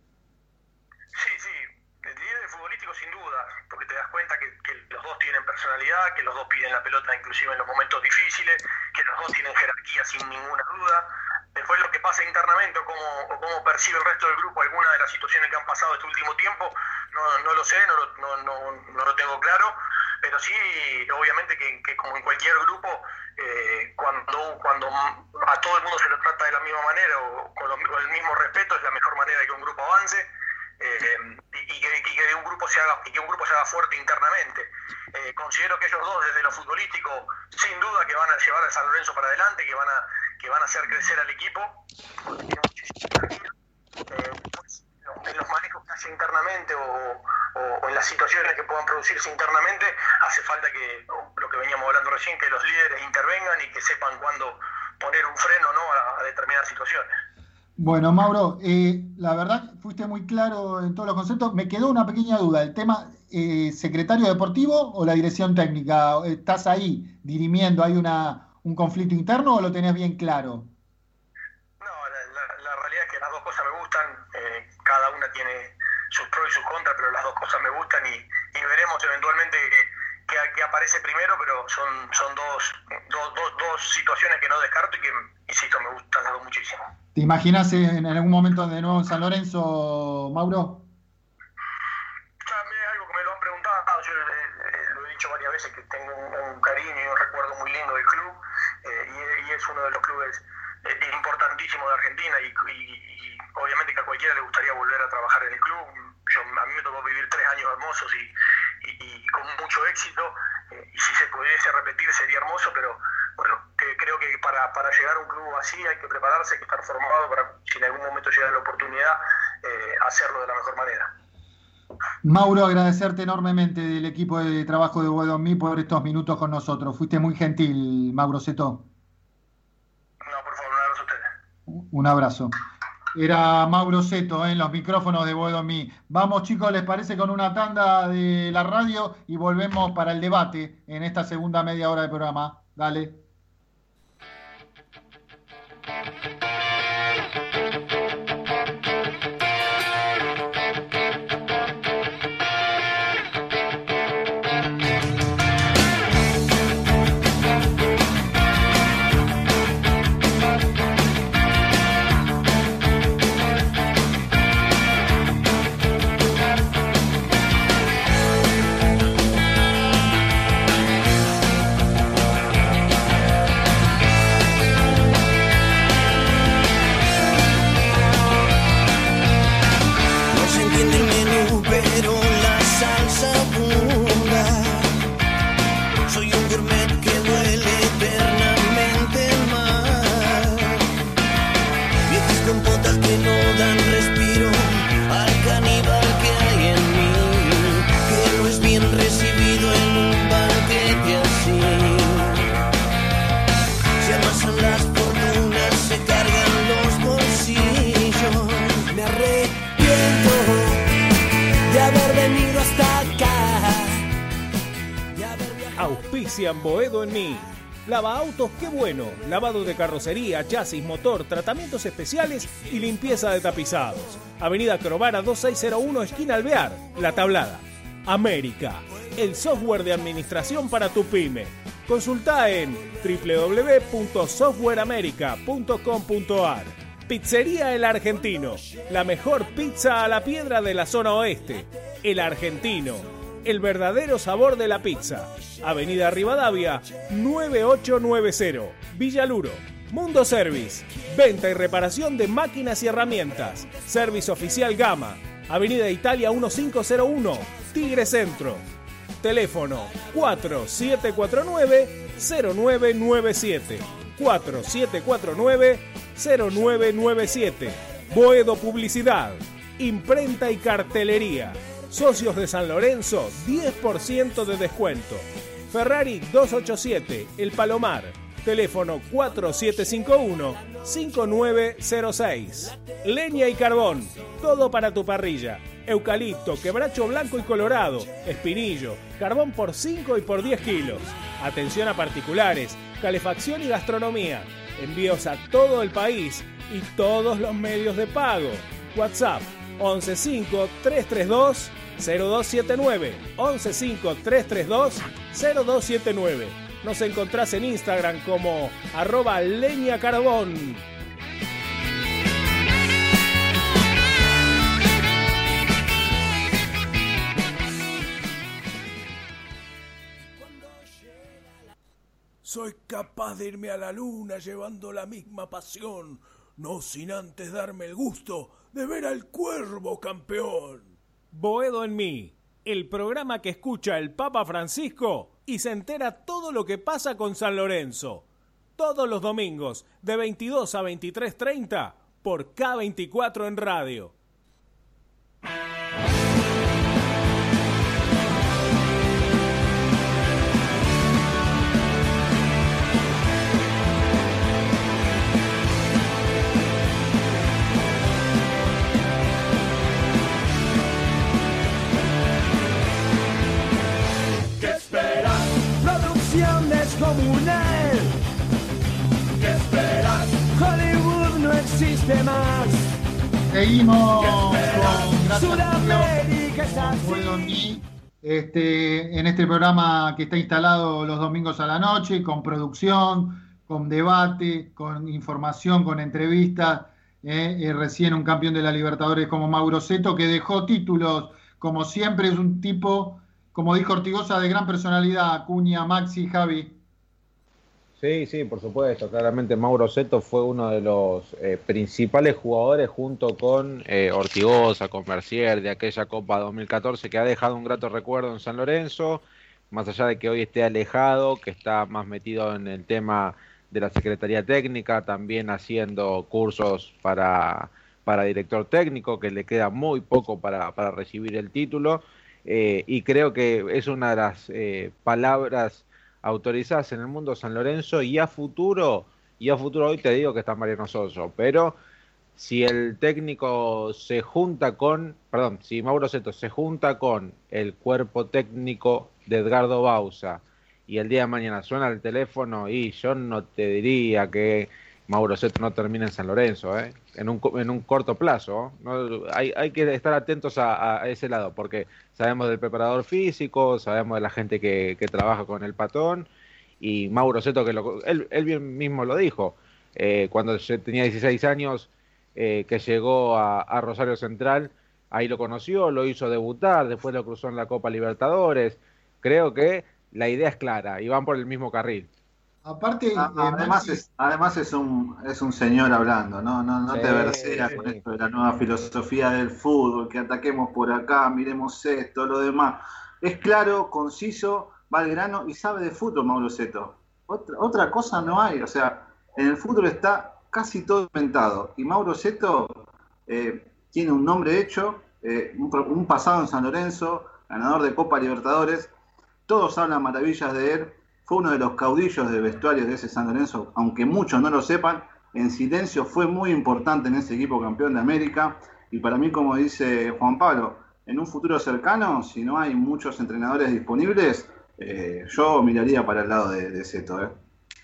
Sí, sí, líderes futbolísticos sin duda, porque te das cuenta que, que los dos tienen personalidad, que los dos piden la pelota inclusive en los momentos difíciles, que los dos tienen jerarquía sin ninguna duda. Después lo que pasa internamente o cómo, o cómo percibe el resto del grupo alguna de las situaciones que han pasado este último tiempo, no, no lo sé, no, no, no, no lo tengo claro, pero sí, obviamente que, que como en cualquier grupo, eh, cuando, cuando a todo el mundo se lo trata de la misma manera o con, lo, con el mismo respeto, es la mejor manera de que un grupo avance. Eh, y, y, que, y que un grupo se haga y que un grupo se haga fuerte internamente. Eh, considero que ellos dos, desde lo futbolístico, sin duda que van a llevar a San Lorenzo para adelante, que van a que van a hacer crecer al equipo, porque tiene muchísima energía. Eh, pues, en los manejos que hace internamente o, o, o en las situaciones que puedan producirse internamente, hace falta que, lo que veníamos hablando recién, que los líderes intervengan y que sepan cuándo poner un freno, ¿no?, a, a determinadas situaciones. Bueno, Mauro, eh, la verdad fuiste muy claro en todos los conceptos. Me quedó una pequeña duda. ¿El tema eh, secretario deportivo o la dirección técnica? ¿Estás ahí dirimiendo? ¿Hay una, un conflicto interno o lo tenés bien claro? No, la, la, la realidad es que las dos cosas me gustan. Eh, cada una tiene sus pros y sus contras, pero las dos cosas me gustan y, y veremos eventualmente que, que, que aparece primero, pero son, son dos, dos, dos, dos situaciones que no descarto y que, insisto, me gustan las dos muchísimo. ¿Te imaginas en algún momento de nuevo en San Lorenzo, Mauro? También es algo que me lo han preguntado. Yo eh, lo he dicho varias veces que tengo un, un cariño y un recuerdo muy lindo del club eh, y, y es uno de los clubes eh, importantísimos de Argentina y, y, y obviamente que a cualquiera le gustaría volver a trabajar en el club. Yo, a mí me tocó vivir tres años hermosos y, y, y con mucho éxito eh, y si se pudiese repetir sería hermoso, pero bueno, que creo que para, para llegar a un club así hay que prepararse, hay que estar formado para, si en algún momento llega la oportunidad, eh, hacerlo de la mejor manera. Mauro, agradecerte enormemente del equipo de trabajo de Boedo en Mí por estos minutos con nosotros. Fuiste muy gentil, Mauro Seto. No, por favor, un abrazo a ustedes. Un abrazo. Era Mauro Seto en los micrófonos de Boedo en Mí. Vamos, chicos, ¿les parece con una tanda de la radio y volvemos para el debate en esta segunda media hora de programa? Dale. Auspician Boedo en Mí. Lava autos, qué bueno. Lavado de carrocería, chasis, motor, tratamientos especiales y limpieza de tapizados. Avenida Crovara dos seis cero uno, esquina Alvear, La Tablada. América, el software de administración para tu pyme. Consulta en doble u doble u doble u punto software america punto com punto a r. Pizzería El Argentino, la mejor pizza a la piedra de la zona oeste. El Argentino, el verdadero sabor de la pizza. Avenida Rivadavia nueve ocho nueve cero, Villaluro. Mundo Service, venta y reparación de máquinas y herramientas. Service Oficial Gama, Avenida Italia quince cero uno, Tigre Centro. Teléfono cuatro siete cuatro nueve cero nueve nueve siete, cuatro siete cuatro nueve cero nueve nueve siete. Boedo Publicidad, imprenta y cartelería. Socios de San Lorenzo, diez por ciento de descuento. Ferrari doscientos ochenta y siete, El Palomar. Teléfono cuatro siete cinco uno cinco nueve cero seis. Leña y carbón, todo para tu parrilla. Eucalipto, quebracho blanco y colorado, espinillo, carbón por cinco y por diez kilos. Atención a particulares, calefacción y gastronomía. Envíos a todo el país y todos los medios de pago. WhatsApp once cinco tres tres dos cero dos siete nueve, once cinco tres tres dos cero dos siete nueve. Nos encontrás en Instagram como arroba leña carbón. Soy capaz de irme a la luna llevando la misma pasión, no sin antes darme el gusto de ver al cuervo campeón. Boedo en Mí, el programa que escucha el Papa Francisco y se entera todo lo que pasa con San Lorenzo. Todos los domingos de veintidós a veintitrés treinta por K veinticuatro en radio. Descomunal. ¿Qué esperas? Hollywood no existe más. Seguimos con Sudamérica es así. Este, en este programa que está instalado los domingos a la noche, con producción, con debate, con información, con entrevistas. Eh, eh, recién un campeón de la Libertadores como Mauro Seto, que dejó títulos, como siempre, es un tipo, como dijo Ortigosa, de gran personalidad. Acuña, Maxi, Javi. Sí, sí, por supuesto. Claramente Mauro Seto fue uno de los eh, principales jugadores junto con eh, Ortigosa, con Mercier, de aquella Copa dos mil catorce, que ha dejado un grato recuerdo en San Lorenzo, más allá de que hoy esté alejado, que está más metido en el tema de la Secretaría Técnica, también haciendo cursos para, para director técnico, que le queda muy poco para, para recibir el título, eh, y creo que es una de las eh, palabras autorizadas en el mundo San Lorenzo, y a futuro, y a futuro hoy te digo que está Mariano Soso, pero si el técnico se junta con, perdón, si Mauro Seto se junta con el cuerpo técnico de Edgardo Bauza y el día de mañana suena el teléfono, y yo no te diría que Mauro Seto no termina en San Lorenzo, ¿eh? en, un, en un corto plazo. ¿no? Hay, hay que estar atentos a, a ese lado, porque sabemos del preparador físico, sabemos de la gente que, que trabaja con el Patón, y Mauro Seto, que lo, él, él bien mismo lo dijo, eh, cuando yo tenía dieciséis años, eh, que llegó a, a Rosario Central, ahí lo conoció, lo hizo debutar, después lo cruzó en la Copa Libertadores. Creo que la idea es clara y van por el mismo carril. Aparte, ah, eh, además, Maxi, es, además es un es un señor hablando, no no no Sí, te verseas sí. con esto de la nueva filosofía del fútbol, que ataquemos por acá, miremos esto, lo demás. Es claro, conciso, va al grano y sabe de fútbol, Mauro Seto. Otra, otra cosa no hay, o sea, en el fútbol está casi todo inventado. Y Mauro Seto eh, tiene un nombre hecho, eh, un, un pasado en San Lorenzo, ganador de Copa Libertadores. Todos hablan maravillas de él. Fue uno de los caudillos de vestuarios de ese San Lorenzo, aunque muchos no lo sepan. En silencio fue muy importante en ese equipo campeón de América. Y para mí, como dice Juan Pablo, en un futuro cercano, si no hay muchos entrenadores disponibles, eh, yo miraría para el lado de, de Seto. ¿eh?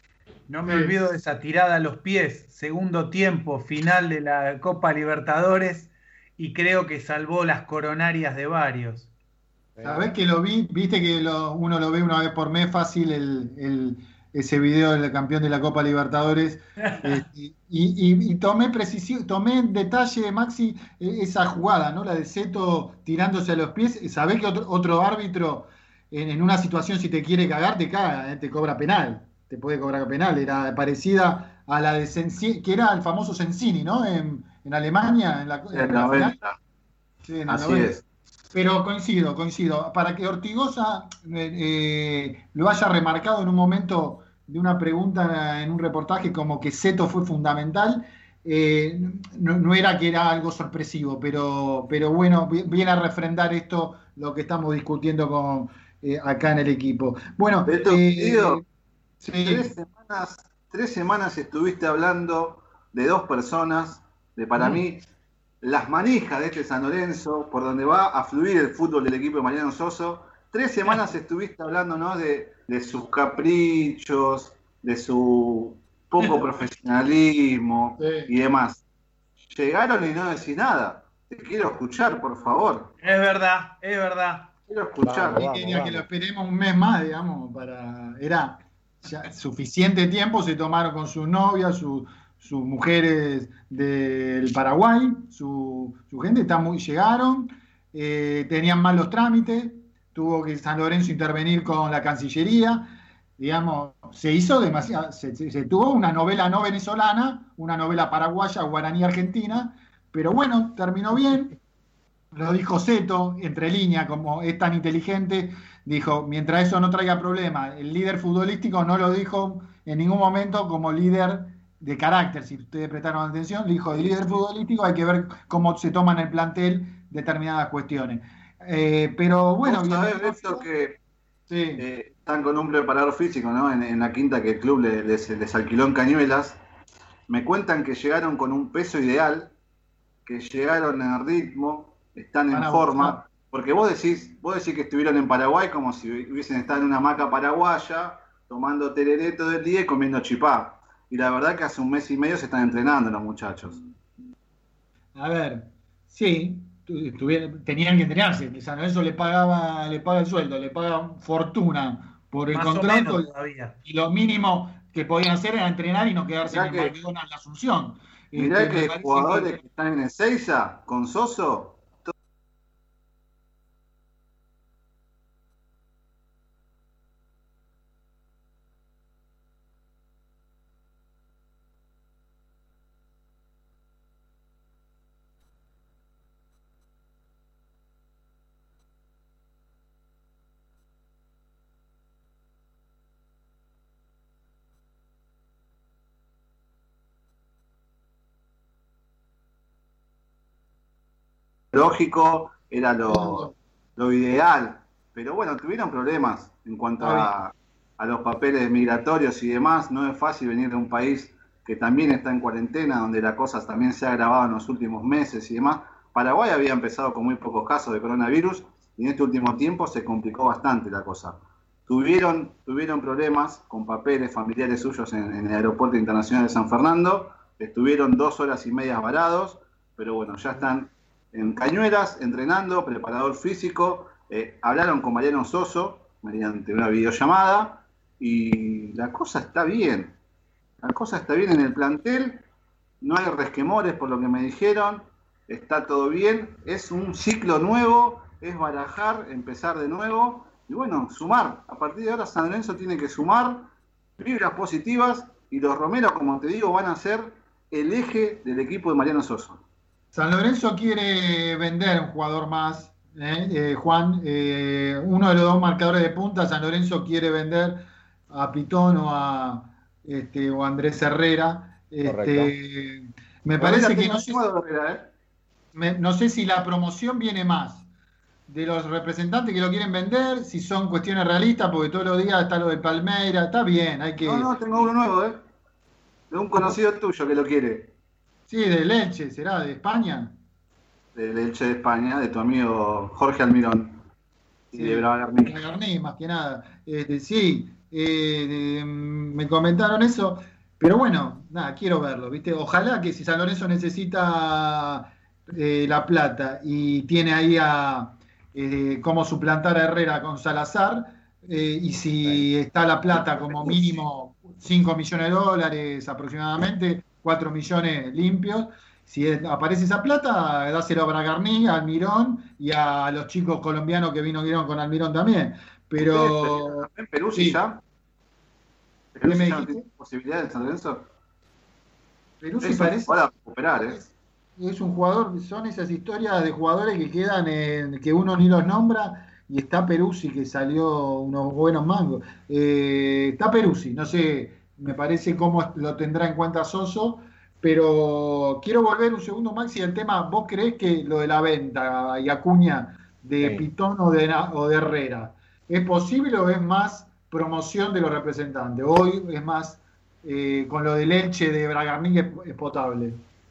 No me olvido de esa tirada a los pies, segundo tiempo, final de la Copa Libertadores, y creo que salvó las coronarias de varios. sabés que lo vi, viste que lo, uno lo ve una vez por mes fácil, el, el, ese video del campeón de la Copa Libertadores, eh, y, y, y tomé precisión, tomé en detalle, Maxi, esa jugada, ¿no? La de Seto tirándose a los pies. Sabés que otro, otro árbitro en, en una situación, si te quiere cagar, te caga, ¿eh? Te cobra penal, te puede cobrar penal. Era parecida a la de Sensini, que era el famoso Sensini, ¿no? En, en Alemania, en la, en En la noventa. final. Sí, en el Así noventa. es. Pero coincido, coincido. Para que Ortigosa eh, eh, lo haya remarcado en un momento de una pregunta en un reportaje como que Seto fue fundamental, eh, no, no era que era algo sorpresivo, pero, pero bueno, viene a refrendar esto lo que estamos discutiendo con, eh, acá en el equipo. Bueno, Beto, eh, querido, sí, tres semanas, tres semanas estuviste hablando de dos personas, de para Mm. mí las manijas de este San Lorenzo, por donde va a fluir el fútbol del equipo de Mariano Soso. Tres semanas estuviste hablando, ¿no? de, de sus caprichos, de su poco profesionalismo Sí. y demás. Llegaron y no decís nada. Te quiero escuchar, por favor. Es verdad, es verdad. Quiero escuchar. Vamos, y vamos, quería que vamos. lo esperemos un mes más, digamos, para. Era ya suficiente tiempo, se tomaron con sus novias, su- sus mujeres del Paraguay, su, su gente, está muy, llegaron, eh, tenían mal los trámites, tuvo que San Lorenzo intervenir con la Cancillería, digamos, se hizo demasiado, se, se- se tuvo una novela no venezolana, una novela paraguaya, guaraní argentina, pero bueno, terminó bien. Lo dijo Seto, entre líneas, como es tan inteligente, dijo, mientras eso no traiga problema. El líder futbolístico no lo dijo en ningún momento como líder de carácter. Si ustedes prestaron atención, dijo, el líder futbolístico hay que ver cómo se toman en el plantel determinadas cuestiones. Eh, pero bueno, Vos sabés, bienvenido, Beto, que sí, eh, están con un preparador físico, ¿no? En, en la quinta que el club le- les, les alquiló en Cañuelas. Me cuentan que llegaron con un peso ideal, que llegaron en ritmo, están en Van a forma. buscar. Porque vos decís, vos decís que estuvieron en Paraguay como si hubiesen estado en una hamaca paraguaya, tomando tereré todo el día y comiendo chipá. Y la verdad que hace un mes y medio se están entrenando los muchachos. a ver, sí, tu- tuvieron- tenían que entrenarse. San Lorenzo le pagaba, le paga el sueldo, le paga fortuna por el Más o contrato. menos todavía. Y lo mínimo que podían hacer era entrenar y no quedarse Mirá en el que- McDonald's La Asunción. Mirá Este, me que parece jugadores que- que están en Ezeiza, con Soso, lógico, era lo, lo ideal. Pero bueno, tuvieron problemas en cuanto a, a los papeles migratorios y demás. No es fácil venir de un país que también está en cuarentena, donde la cosa también se ha agravado en los últimos meses y demás. Paraguay había empezado con muy pocos casos de coronavirus y en este último tiempo se complicó bastante la cosa. Tuvieron, tuvieron problemas con papeles familiares suyos en, en el Aeropuerto Internacional de San Fernando, estuvieron dos horas y media varados, pero bueno, ya están en Cañuelas, entrenando, preparador físico, eh, hablaron con Mariano Soso mediante una videollamada y la cosa está bien, la cosa está bien en el plantel, no hay resquemores por lo que me dijeron, está todo bien, es un ciclo nuevo, es barajar, empezar de nuevo y bueno, sumar. A partir de ahora San Lorenzo tiene que sumar vibras positivas y los Romero, como te digo, van a ser el eje del equipo de Mariano Soso. San Lorenzo quiere vender un jugador más, ¿eh? Eh, Juan, eh, uno de los dos marcadores de punta. San Lorenzo quiere vender a Pitón o a, este, o a Andrés Herrera. Este, me parece que no sé, me, no sé si la promoción viene más de los representantes que lo quieren vender, si son cuestiones realistas, porque todos los días está lo de Palmeira, está bien, hay que... No, no, tengo uno nuevo, ¿eh? De un conocido tuyo que lo quiere. Sí, de Leche, ¿será? ¿De España? De Leche de España, de tu amigo Jorge Almirón. Y Sí, de Bragarnik. Bragarnik, más que nada. Este, sí, eh, eh, me comentaron eso, pero bueno, nada, quiero verlo, ¿viste? Ojalá que si San Lorenzo necesita eh, la plata y tiene ahí a eh, cómo suplantar a Herrera con Salazar, eh, y si está la plata como mínimo cinco millones de dólares aproximadamente, cuatro millones limpios, si es- aparece esa plata, dáselo a Bragarnik, a Almirón y a los chicos colombianos que vino, vinieron con Almirón también. Pero ¿En Peruzzi sí. ya? ¿Qué ¿Peruzzi me ya no dijiste? tiene posibilidades en San Lorenzo? Peruzzi Eso parece para recuperar, ¿eh? es un jugador, son esas historias de jugadores que quedan en, que uno ni los nombra, y está Peruzzi que salió unos buenos mangos. Eh, está Peruzzi, no sé, me parece cómo lo tendrá en cuenta Soso, pero quiero volver un segundo, Maxi, al tema. ¿Vos creés que lo de la venta y Acuña de Sí. Pitón o de, Na- o de Herrera es posible o es más promoción de los representantes? Hoy es más eh, con lo de Leche de Bragarnik es, es potable.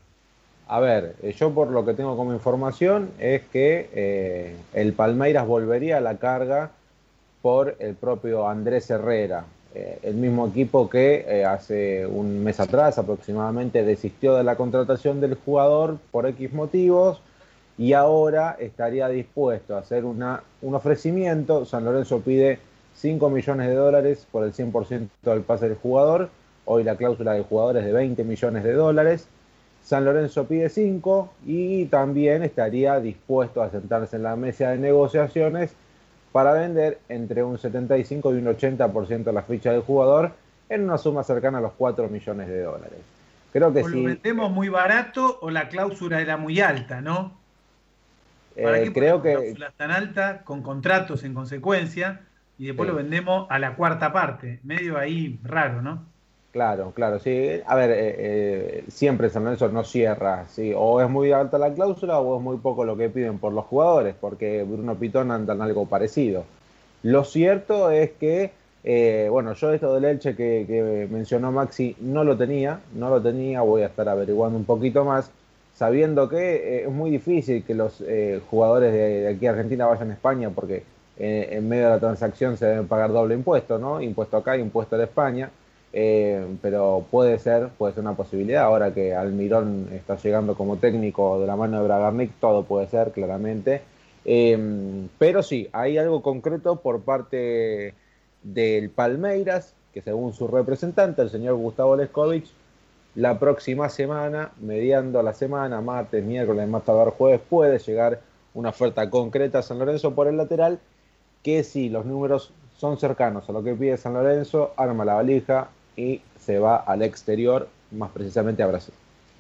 A ver, eh, yo por lo que tengo como información es que eh, el Palmeiras volvería a la carga por el propio Andrés Herrera, eh, el mismo equipo que eh, hace un mes atrás aproximadamente desistió de la contratación del jugador por X motivos y ahora estaría dispuesto a hacer una, un ofrecimiento. San Lorenzo pide cinco millones de dólares por el cien por ciento del pase del jugador. Hoy la cláusula del jugador es de veinte millones de dólares. San Lorenzo pide cinco y también estaría dispuesto a sentarse en la mesa de negociaciones para vender entre un setenta y cinco y un ochenta por ciento de la ficha del jugador en una suma cercana a los cuatro millones de dólares. Creo que O lo sí. vendemos muy barato o la cláusula era muy alta, ¿no? ¿Para Eh, qué creo ponemos que cláusulas tan altas con contratos en consecuencia y después Sí. lo vendemos a la cuarta parte? Medio ahí raro, ¿no? Claro, claro, sí. A ver, eh, eh, siempre San Lorenzo no cierra, ¿sí? O es muy alta la cláusula o es muy poco lo que piden por los jugadores, porque Bruno Pitón anda en algo parecido. Lo cierto es que, eh, bueno, yo esto del Elche que, que mencionó Maxi no lo tenía, no lo tenía, voy a estar averiguando un poquito más, sabiendo que eh, es muy difícil que los eh, jugadores de, de aquí a Argentina vayan a España, porque eh, en medio de la transacción se deben pagar doble impuesto, ¿no? Impuesto acá, impuesto de España. Eh, pero puede ser, puede ser una posibilidad. Ahora que Almirón está llegando como técnico de la mano de Bragarnik, todo puede ser, claramente. Eh, pero sí, hay algo concreto por parte del Palmeiras, que según su representante, el señor Gustavo Leskovich, la próxima semana, mediando la semana, martes, miércoles, más tardar jueves, puede llegar una oferta concreta a San Lorenzo por el lateral, que si los números son cercanos a lo que pide San Lorenzo, arma la valija y se va al exterior, más precisamente a Brasil.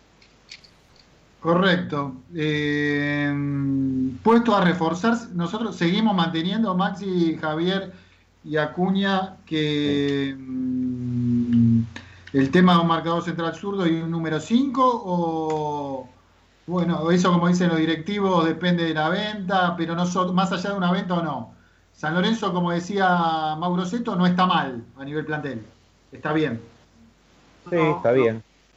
Correcto. Eh, puesto a reforzar, nosotros seguimos manteniendo, Maxi, Javier y Acuña, que mm, el tema de un marcador central zurdo y un número cinco, o bueno, eso como dicen los directivos depende de la venta, pero no so- más allá de una venta o no. San Lorenzo, como decía Mauro Seto, no está mal a nivel plantel. Está bien. Sí, No, está no. bien.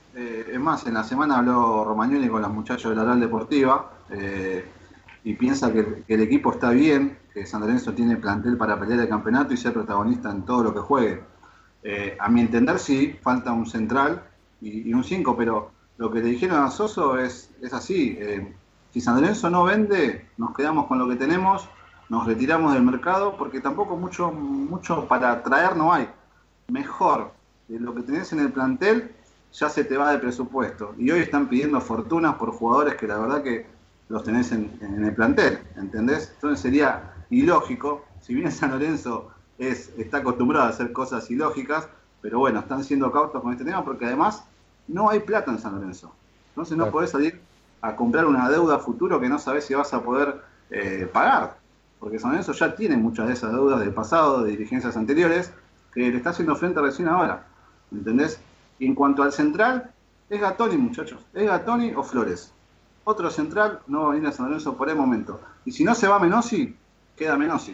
Eh, es más, en la semana habló Romagnoli con los muchachos de la Real Deportiva eh, y piensa que, que el equipo está bien, que San Lorenzo tiene plantel para pelear el campeonato y ser protagonista en todo lo que juegue. Eh, a mi entender sí, falta un central y, y un cinco, pero lo que le dijeron a Soso es, es así. Eh, si San Lorenzo no vende, nos quedamos con lo que tenemos, nos retiramos del mercado, porque tampoco mucho, mucho para traer no hay. Mejor de lo que tenés en el plantel, ya se te va de presupuesto. Y hoy están pidiendo fortunas por jugadores que la verdad que los tenés en, en el plantel, ¿entendés? Entonces sería ilógico, si bien San Lorenzo es, está acostumbrado a hacer cosas ilógicas, pero bueno, están siendo cautos con este tema porque además no hay plata en San Lorenzo. Entonces no podés salir a comprar una deuda a futuro que no sabés si vas a poder eh, pagar. Porque San Lorenzo ya tiene muchas de esas deudas del pasado, de dirigencias anteriores, que le está haciendo frente recién ahora. ¿Entendés? Y en cuanto al central, es Gattoni, muchachos. Es Gattoni o Flores. Otro central no va a venir a San Lorenzo por el momento. Y si no se va Menossi, queda Menossi.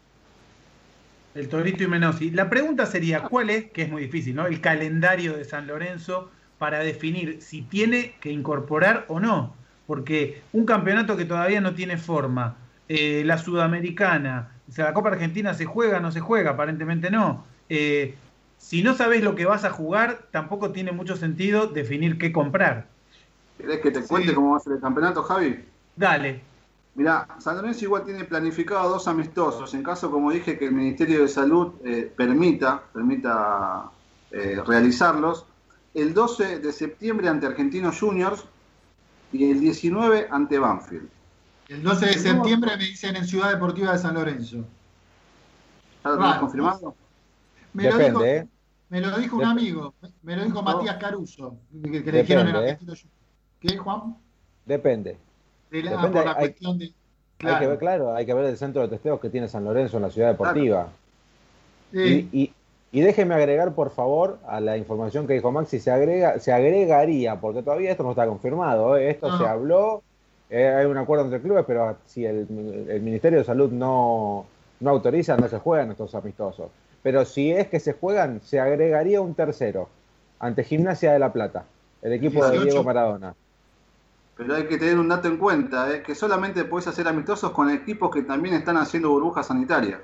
El Torito y Menossi. La pregunta sería, ¿cuál es, que es muy difícil, ¿no?, el calendario de San Lorenzo para definir si tiene que incorporar o no? Porque un campeonato que todavía no tiene forma, eh, la Sudamericana, o sea, la Copa Argentina se juega, no se juega, aparentemente no. Eh, si no sabes lo que vas a jugar, tampoco tiene mucho sentido definir qué comprar. ¿Querés que te cuente sí. cómo va a ser el campeonato, Javi? Dale. Mirá, San Lorenzo igual tiene planificado dos amistosos, en caso, como dije, que el Ministerio de Salud eh, permita, permita eh, realizarlos. El doce de septiembre ante Argentinos Juniors y el diecinueve ante Banfield. El doce de septiembre me dicen en Ciudad Deportiva de San Lorenzo. ¿Ya lo tenés confirmado? Me lo, Depende, dijo, eh. me lo dijo un Dep amigo, me lo dijo Matías Caruso, que, que le dijeron en Argentinos Juniors. ¿Qué, Juan? Depende. De la, Depende, por la hay, cuestión de, claro. Hay que ver, claro, hay que ver el centro de testeos que tiene San Lorenzo en la Ciudad Deportiva. Claro. Sí. Y, y, y déjeme agregar, por favor, a la información que dijo Maxi, se agrega, se agregaría, porque todavía esto no está confirmado, ¿eh? esto no. se habló, eh, hay un acuerdo entre clubes, pero si el, el Ministerio de Salud no, no autoriza, no se juegan estos amistosos. Pero si es que se juegan, se agregaría un tercero, ante Gimnasia de La Plata, el equipo dieciocho de Diego Maradona. Pero hay que tener un dato en cuenta, ¿eh? que solamente podés hacer amistosos con equipos que también están haciendo burbujas sanitarias.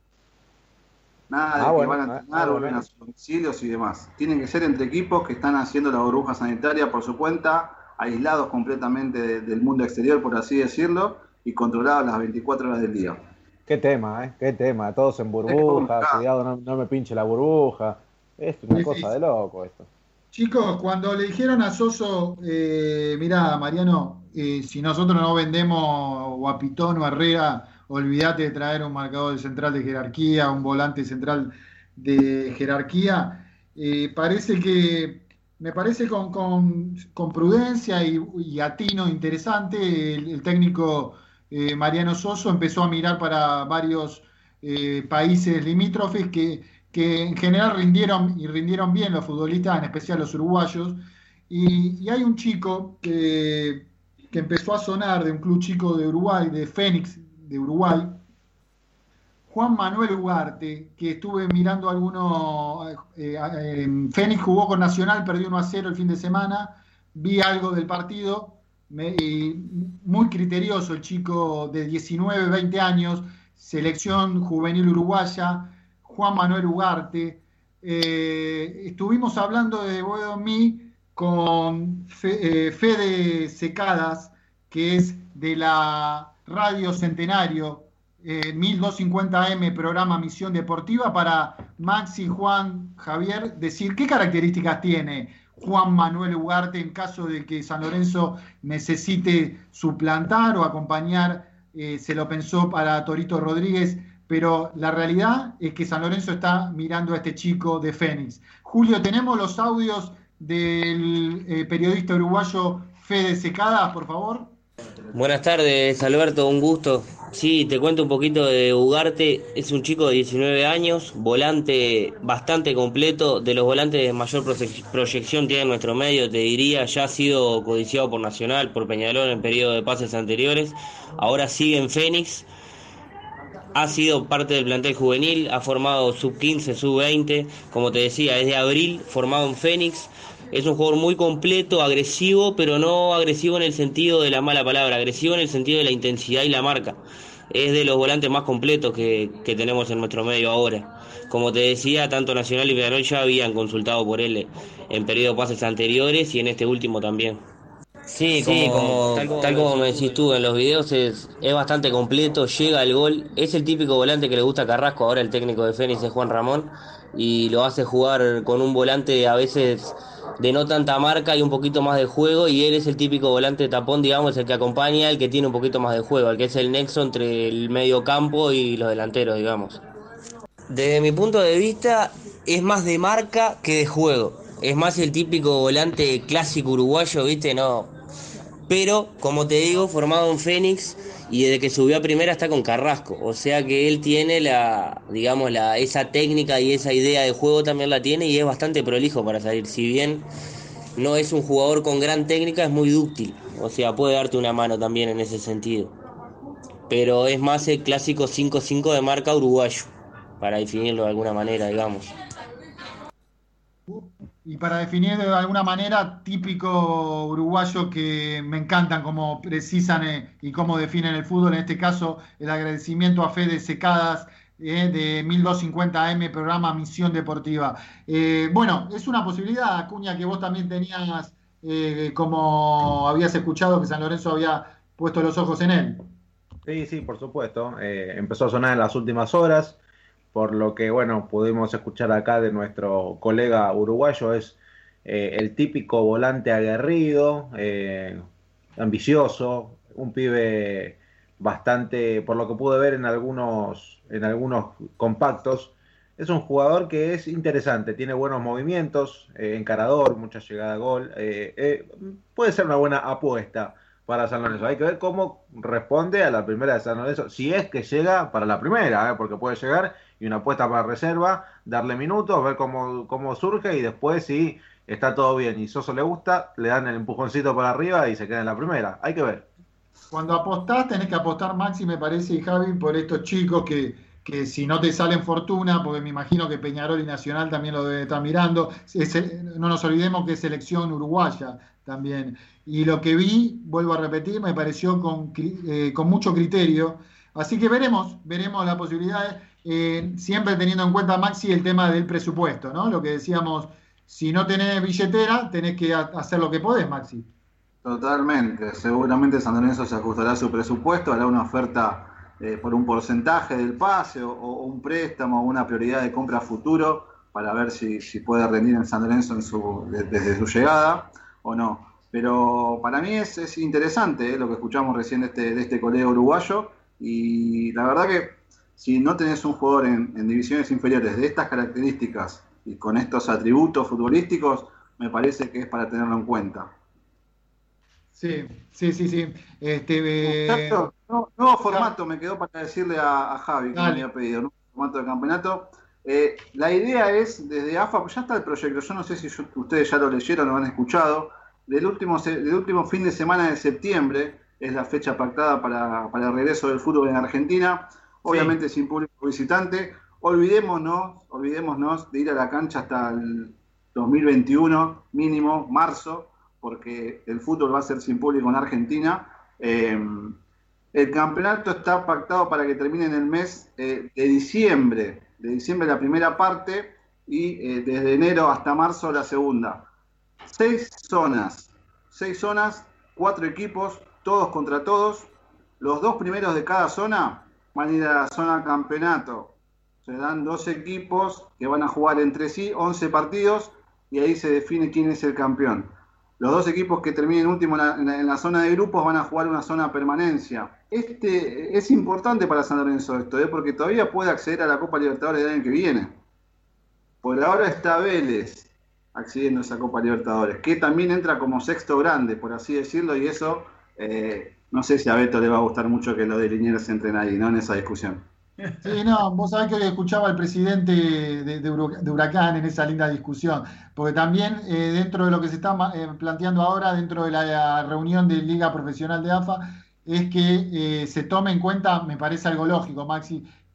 Nada de ah, que bueno, van a entrenar, ah, vuelven bueno. a sus domicilios y demás. Tienen que ser entre equipos que están haciendo la burbuja sanitaria por su cuenta, aislados completamente de, del mundo exterior, por así decirlo, y controlados las veinticuatro horas del día. Qué tema, ¿eh? Qué tema. Todos en burbuja, cuidado, no, no me pinche la burbuja. Es una sí, cosa sí. de loco esto. Chicos, cuando le dijeron a Soso, eh, mirá, Mariano, eh, si nosotros no vendemos Guapitón o Herrera, olvídate de traer un marcador de central de jerarquía, un volante central de jerarquía, eh, parece que, me parece con, con, con prudencia y, y atino interesante, el, el técnico eh, Mariano Soso empezó a mirar para varios eh, países limítrofes que que en general rindieron y rindieron bien los futbolistas, en especial los uruguayos, y, y hay un chico que, que empezó a sonar de un club chico de Uruguay, de Fénix de Uruguay, Juan Manuel Ugarte, que estuve mirando algunos, eh, eh, Fénix jugó con Nacional, perdió uno a cero el fin de semana, vi algo del partido, me, y muy criterioso el chico de diecinueve, veinte años, selección juvenil uruguaya, Juan Manuel Ugarte. Eh, estuvimos hablando de Boedo en mí con Fe, eh, Fede Secadas, que es de la Radio Centenario, eh, mil doscientos cincuenta A M, programa Misión Deportiva, para Maxi, Juan, Javier, decir qué características tiene Juan Manuel Ugarte en caso de que San Lorenzo necesite suplantar o acompañar, eh, se lo pensó para Torito Rodríguez, pero la realidad es que San Lorenzo está mirando a este chico de Fénix. Julio, ¿tenemos los audios del eh, periodista uruguayo Fede Secadas, por favor? Buenas tardes, Alberto, un gusto. Sí, te cuento un poquito de Ugarte. Es un chico de diecinueve años, volante bastante completo, de los volantes de mayor proyección tiene en nuestro medio, te diría. Ya ha sido codiciado por Nacional, por Peñarol en periodo de pases anteriores, ahora sigue en Fénix. Ha sido parte del plantel juvenil, ha formado sub quince, sub veinte, como te decía, es de abril, formado en Fénix. Es un jugador muy completo, agresivo, pero no agresivo en el sentido de la mala palabra, agresivo en el sentido de la intensidad y la marca. Es de los volantes más completos que, que tenemos en nuestro medio ahora. Como te decía, tanto Nacional y Peñarol ya habían consultado por él en periodos pases anteriores y en este último también. Sí, como, sí, como tal, como, tal como me decís tú en los videos, es, es bastante completo, llega al gol, es el típico volante que le gusta a Carrasco, ahora el técnico de Fénix es Juan Ramón, y lo hace jugar con un volante a veces de no tanta marca y un poquito más de juego, y él es el típico volante tapón, digamos, el que acompaña, el que tiene un poquito más de juego, el que es el nexo entre el medio campo y los delanteros, digamos. Desde mi punto de vista, es más de marca que de juego. Es más el típico volante clásico uruguayo, ¿viste? No. Pero, como te digo, formado en Fénix y desde que subió a primera está con Carrasco. O sea que él tiene la, digamos, la, esa técnica y esa idea de juego también la tiene y es bastante prolijo para salir. Si bien no es un jugador con gran técnica, es muy dúctil. O sea, puede darte una mano también en ese sentido. Pero es más el clásico cinco cinco de marca uruguayo, para definirlo de alguna manera, digamos. Y para definir de alguna manera, típico uruguayo que me encantan cómo precisan eh, y cómo definen el fútbol, en este caso el agradecimiento a Fede Secadas eh, de mil doscientos cincuenta A M, programa Misión Deportiva. Eh, bueno, es una posibilidad, Acuña, que vos también tenías, eh, como habías escuchado, que San Lorenzo había puesto los ojos en él. Sí, sí, por supuesto. Eh, empezó a sonar en las últimas horas. Por lo que, bueno, pudimos escuchar acá de nuestro colega uruguayo, es eh, el típico volante aguerrido, eh, ambicioso, un pibe bastante, por lo que pude ver en algunos, en algunos compactos, es un jugador que es interesante, tiene buenos movimientos, eh, encarador, mucha llegada a gol, eh, eh, puede ser una buena apuesta para San Lorenzo. Hay que ver cómo responde a la primera de San Lorenzo, si es que llega para la primera, ¿eh? Porque puede llegar y una apuesta para reserva, darle minutos, ver cómo, cómo surge y después si está todo bien y Soso le gusta, le dan el empujoncito para arriba y se queda en la primera. Hay que ver. Cuando apostás tenés que apostar, Maxi, me parece, y Javi, por estos chicos que, que si no te salen fortuna, porque me imagino que Peñarol y Nacional también lo deben estar mirando, es, no nos olvidemos que es selección uruguaya también. Y lo que vi, vuelvo a repetir, me pareció con, eh, con mucho criterio. Así que veremos, veremos las posibilidades, eh, siempre teniendo en cuenta, Maxi, el tema del presupuesto, ¿no? Lo que decíamos, si no tenés billetera, tenés que hacer lo que podés, Maxi. Totalmente, seguramente San Lorenzo se ajustará a su presupuesto, hará una oferta eh, por un porcentaje del pase o, o un préstamo o una prioridad de compra a futuro para ver si, si puede rendir en San Lorenzo en su, desde su llegada o no. Pero para mí es, es interesante eh, lo que escuchamos recién de este, de este colega uruguayo, y la verdad que si no tenés un jugador en, en divisiones inferiores de estas características y con estos atributos futbolísticos, me parece que es para tenerlo en cuenta. Sí, sí, sí, sí. Este, eh... nuevo, nuevo formato me quedó para decirle a, a Javi, que me había pedido, nuevo formato de campeonato. Eh, la idea es, desde A F A, ya está el proyecto, yo no sé si yo, ustedes ya lo leyeron o lo han escuchado, del último, del último fin de semana de septiembre, es la fecha pactada para, para el regreso del fútbol en Argentina, obviamente sí, sin público visitante. Olvidémonos, olvidémonos de ir a la cancha hasta el dos mil veintiuno, mínimo, marzo, porque el fútbol va a ser sin público en Argentina. Eh, el campeonato está pactado para que termine en el mes eh, de diciembre, de diciembre la primera parte y eh, desde enero hasta marzo la segunda. Seis zonas, seis zonas, cuatro equipos, todos contra todos. Los dos primeros de cada zona van a ir a la zona campeonato. Se dan dos equipos que van a jugar entre sí once partidos y ahí se define quién es el campeón. Los dos equipos que terminen último en la, en, la, en la zona de grupos van a jugar una zona permanencia. Este es importante para San Lorenzo esto, ¿eh? Porque todavía puede acceder a la Copa Libertadores del año que viene. Por ahora está Vélez accediendo a esa Copa Libertadores, que también entra como sexto grande, por así decirlo, y eso eh, no sé si a Beto le va a gustar mucho que los de Liniers entren ahí, ¿no? En esa discusión. Sí, no, vos sabés que hoy escuchaba al presidente de, de Huracán en esa linda discusión, porque también eh, dentro de lo que se está eh, planteando ahora, dentro de la reunión de Liga Profesional de A F A, es que eh, se tome en cuenta, me parece algo lógico, Maxi, que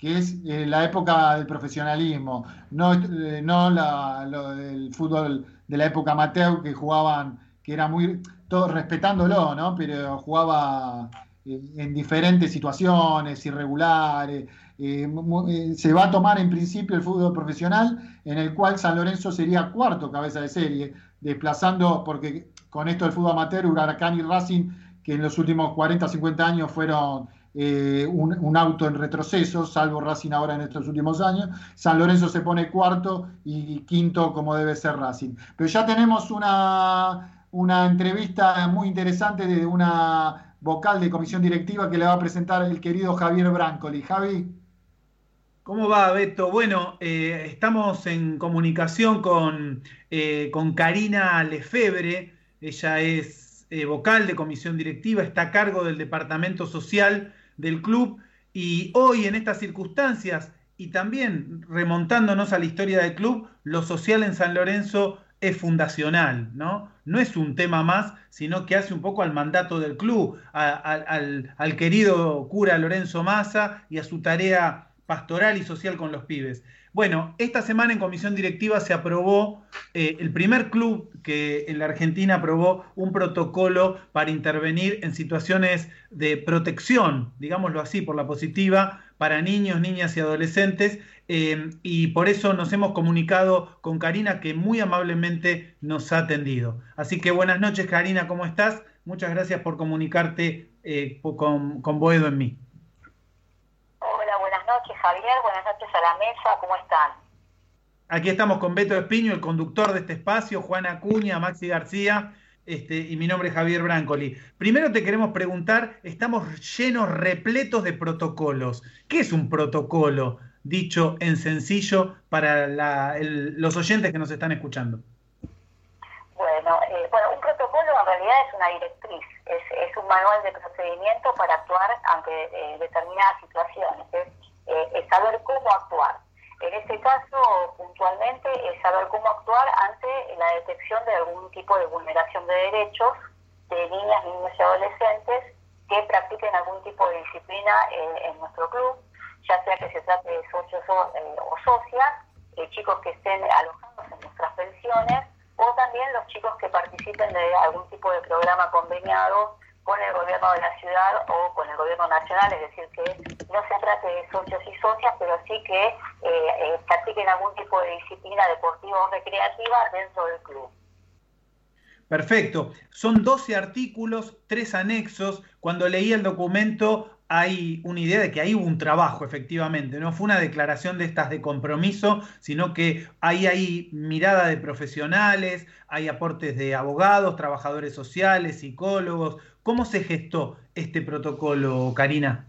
que es eh, la época del profesionalismo, no, eh, no la, lo, el fútbol de la época amateur que jugaban, que era muy, todo respetándolo, ¿no? Pero jugaba eh, en diferentes situaciones, irregulares. Eh, eh, se va a tomar en principio el fútbol profesional, en el cual San Lorenzo sería cuarto cabeza de serie, desplazando, porque con esto del fútbol amateur, Huracán y Racing, que en los últimos cuarenta, cincuenta años fueron eh, un, un auto en retroceso, salvo Racing ahora en estos últimos años, San Lorenzo se pone cuarto y quinto como debe ser Racing. Pero ya tenemos una, una entrevista muy interesante de una vocal de comisión directiva que le va a presentar el querido Javier Brancoli. Javi. ¿Cómo va, Beto? Bueno, eh, estamos en comunicación con, eh, con Karina Lefebvre. Ella es eh, vocal de comisión directiva, está a cargo del departamento social del club, y hoy en estas circunstancias y también remontándonos a la historia del club, lo social en San Lorenzo es fundacional, ¿no? No es un tema más, sino que hace un poco al mandato del club, a, a, al, al querido cura Lorenzo Massa y a su tarea pastoral y social con los pibes. Bueno, esta semana en comisión directiva se aprobó, eh, el primer club que en la Argentina aprobó un protocolo para intervenir en situaciones de protección, digámoslo así, por la positiva, para niños, niñas y adolescentes, eh, y por eso nos hemos comunicado con Karina, que muy amablemente nos ha atendido. Así que buenas noches, Karina, ¿cómo estás? Muchas gracias por comunicarte eh, con, con Boedo en mí. Hola, buenas noches, Javier, buenas noches a la mesa, ¿cómo están? Aquí estamos con Beto Espiño, el conductor de este espacio, Juana Acuña, Maxi García, este, y mi nombre es Javier Brancoli. Primero te queremos preguntar, estamos llenos, repletos de protocolos. ¿Qué es un protocolo, dicho en sencillo, para la, el, los oyentes que nos están escuchando? Bueno, eh, bueno, un protocolo en realidad es una directriz, es, es un manual de procedimiento para actuar ante eh, determinadas situaciones, es, eh, es saber cómo actuar. En este caso, puntualmente, es saber cómo actuar ante la detección de algún tipo de vulneración de derechos de niñas, niños y adolescentes que practiquen algún tipo de disciplina eh, en nuestro club, ya sea que se trate de socios o, eh, o socias, eh, chicos que estén alojados en nuestras pensiones, o también los chicos que participen de algún tipo de programa conveniado con el gobierno de la ciudad o con el gobierno nacional, es decir, que no se trate de socios y socias, pero sí que eh, eh, practiquen algún tipo de disciplina deportiva o recreativa dentro del club. Perfecto. Son doce artículos, tres anexos. Cuando leí el documento hay una idea de que ahí hubo un trabajo, efectivamente. No fue una declaración de estas de compromiso, sino que ahí hay mirada de profesionales, hay aportes de abogados, trabajadores sociales, psicólogos. ¿Cómo se gestó este protocolo, Karina?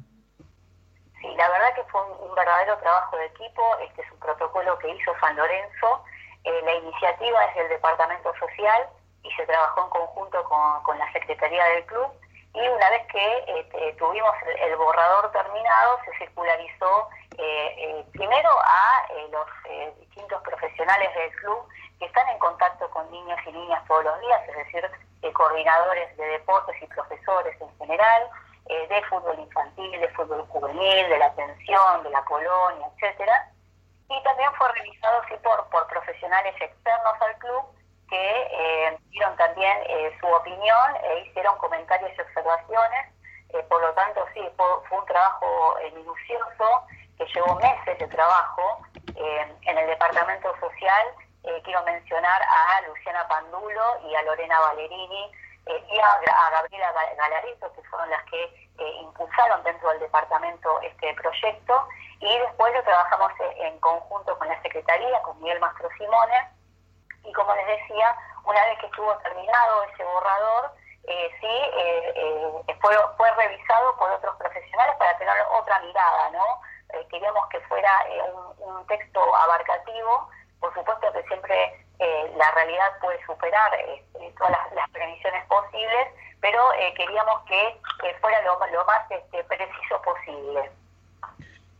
Sí, la verdad que fue un, un verdadero trabajo de equipo. Este es un protocolo que hizo San Lorenzo. Eh, la iniciativa es del Departamento Social y se trabajó en conjunto con, con la Secretaría del Club. Y una vez que eh, tuvimos el, el borrador terminado, se circularizó eh, eh, primero a eh, los eh, distintos profesionales del club que están en contacto con niños y niñas todos los días, es decir, eh, coordinadores de deportes y profesores en general, eh, de fútbol infantil, de fútbol juvenil, de la atención, de la colonia, etcétera. Y también fue revisado sí, por, por profesionales externos al club, que eh, dieron también eh, su opinión e hicieron comentarios y observaciones. Eh, por lo tanto, sí, fue, fue un trabajo eh, minucioso que llevó meses de trabajo. Eh, en el Departamento Social eh, quiero mencionar a Luciana Pandulo y a Lorena Valerini eh, y a, a Gabriela Galareto, que fueron las que eh, impulsaron dentro del departamento este proyecto, y después lo trabajamos en conjunto con la Secretaría, con Miguel Mastro Simone. Y como les decía, una vez que estuvo terminado ese borrador, eh, sí, eh, eh, fue, fue revisado por otros profesionales para tener otra mirada, ¿no? Eh, queríamos que fuera eh, un, un texto abarcativo. Por supuesto que siempre eh, la realidad puede superar eh, todas las, las previsiones posibles, pero eh, queríamos que, que fuera lo, lo más este, preciso posible.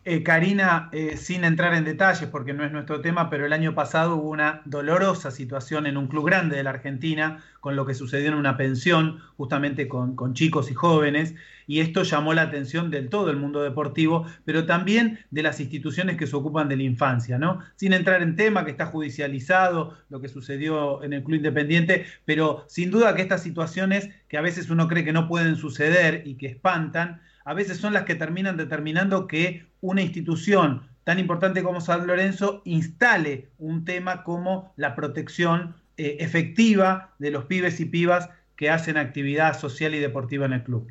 Eh, Karina, eh, sin entrar en detalles porque no es nuestro tema, pero el año pasado hubo una dolorosa situación en un club grande de la Argentina con lo que sucedió en una pensión, justamente con, con chicos y jóvenes, y esto llamó la atención del todo el mundo deportivo, pero también de las instituciones que se ocupan de la infancia, ¿no? Sin entrar en tema que está judicializado, lo que sucedió en el Club Independiente, pero sin duda que estas situaciones que a veces uno cree que no pueden suceder y que espantan, a veces son las que terminan determinando que una institución tan importante como San Lorenzo instale un tema como la protección eh, efectiva de los pibes y pibas que hacen actividad social y deportiva en el club.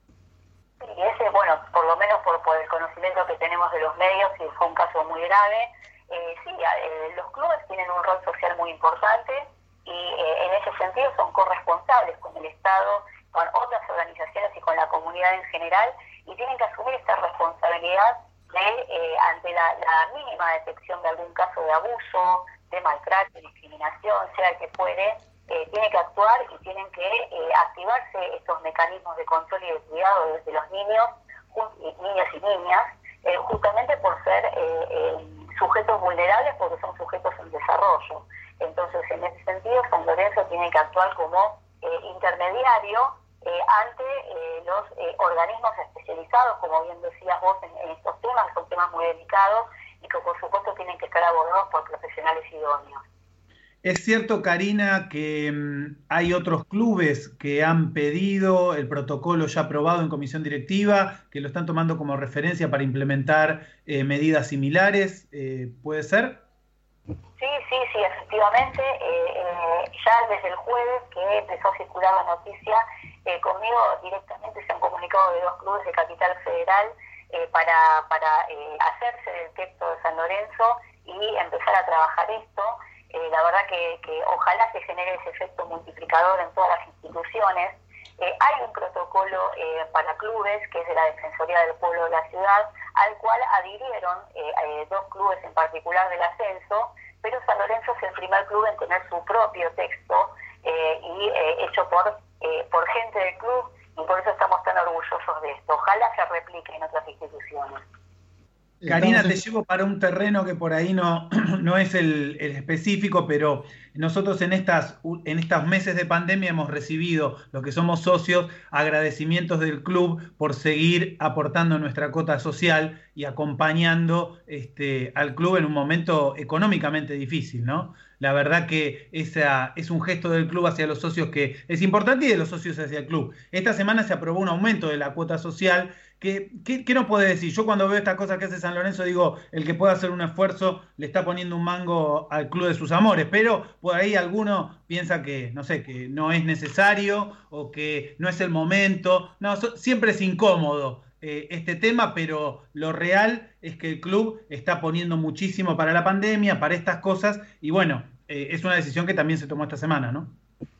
Y ese, bueno, por lo menos por, por el conocimiento que tenemos de los medios, y fue un caso muy grave, eh, sí, eh, los clubes tienen un rol social muy importante y eh, en ese sentido son corresponsables con el Estado, con otras organizaciones y con la comunidad en general, y tienen que asumir esta responsabilidad de, eh, ante la, la mínima detección de algún caso de abuso, de maltrato, de discriminación, sea el que fuere, eh, tiene que actuar y tienen que eh, activarse estos mecanismos de control y de cuidado de, de los niños, niños y niñas, eh, justamente por ser eh, eh, sujetos vulnerables, porque son sujetos en desarrollo. Entonces, en ese sentido, San Lorenzo tiene que actuar como eh, intermediario eh, ante eh, los eh, organismos especializados, como bien decías vos, en, en estos temas, que son temas muy delicados y que por supuesto tienen que estar abordados por profesionales idóneos. Es cierto, Karina, que mmm, hay otros clubes que han pedido el protocolo ya aprobado en comisión directiva, que lo están tomando como referencia para implementar eh, medidas similares, eh, ¿puede ser? Sí, sí, sí, efectivamente. Eh, eh, ya desde el jueves que empezó a circular la noticia, eh, conmigo directamente se han comunicado de dos clubes de Capital Federal eh, para, para eh, hacerse del texto de San Lorenzo y empezar a trabajar esto. Eh, la verdad que, que ojalá se genere ese efecto multiplicador en todas las instituciones. Eh, hay un protocolo eh, para clubes, que es de la Defensoría del Pueblo de la Ciudad, al cual adhirieron eh, eh, dos clubes en particular del ascenso, pero San Lorenzo es el primer club en tener su propio texto eh, y eh, hecho por, eh, por gente del club, y por eso estamos tan orgullosos de esto. Ojalá se replique en otras instituciones. Karina, te llevo para un terreno que por ahí no, no es el, el específico, pero nosotros en estas en estos meses de pandemia hemos recibido, los que somos socios, agradecimientos del club por seguir aportando nuestra cuota social y acompañando este, al club en un momento económicamente difícil, ¿no? La verdad que esa es un gesto del club hacia los socios que es importante, y de los socios hacia el club. Esta semana se aprobó un aumento de la cuota social. ¿Qué, qué, qué nos puede decir? Yo cuando veo esta cosa que hace San Lorenzo digo, el que pueda hacer un esfuerzo le está poniendo un mango al club de sus amores, pero por ahí alguno piensa que, no sé, que no es necesario o que no es el momento. No, so, siempre es incómodo eh, este tema, pero lo real es que el club está poniendo muchísimo para la pandemia, para estas cosas, y bueno, eh, es una decisión que también se tomó esta semana, ¿no?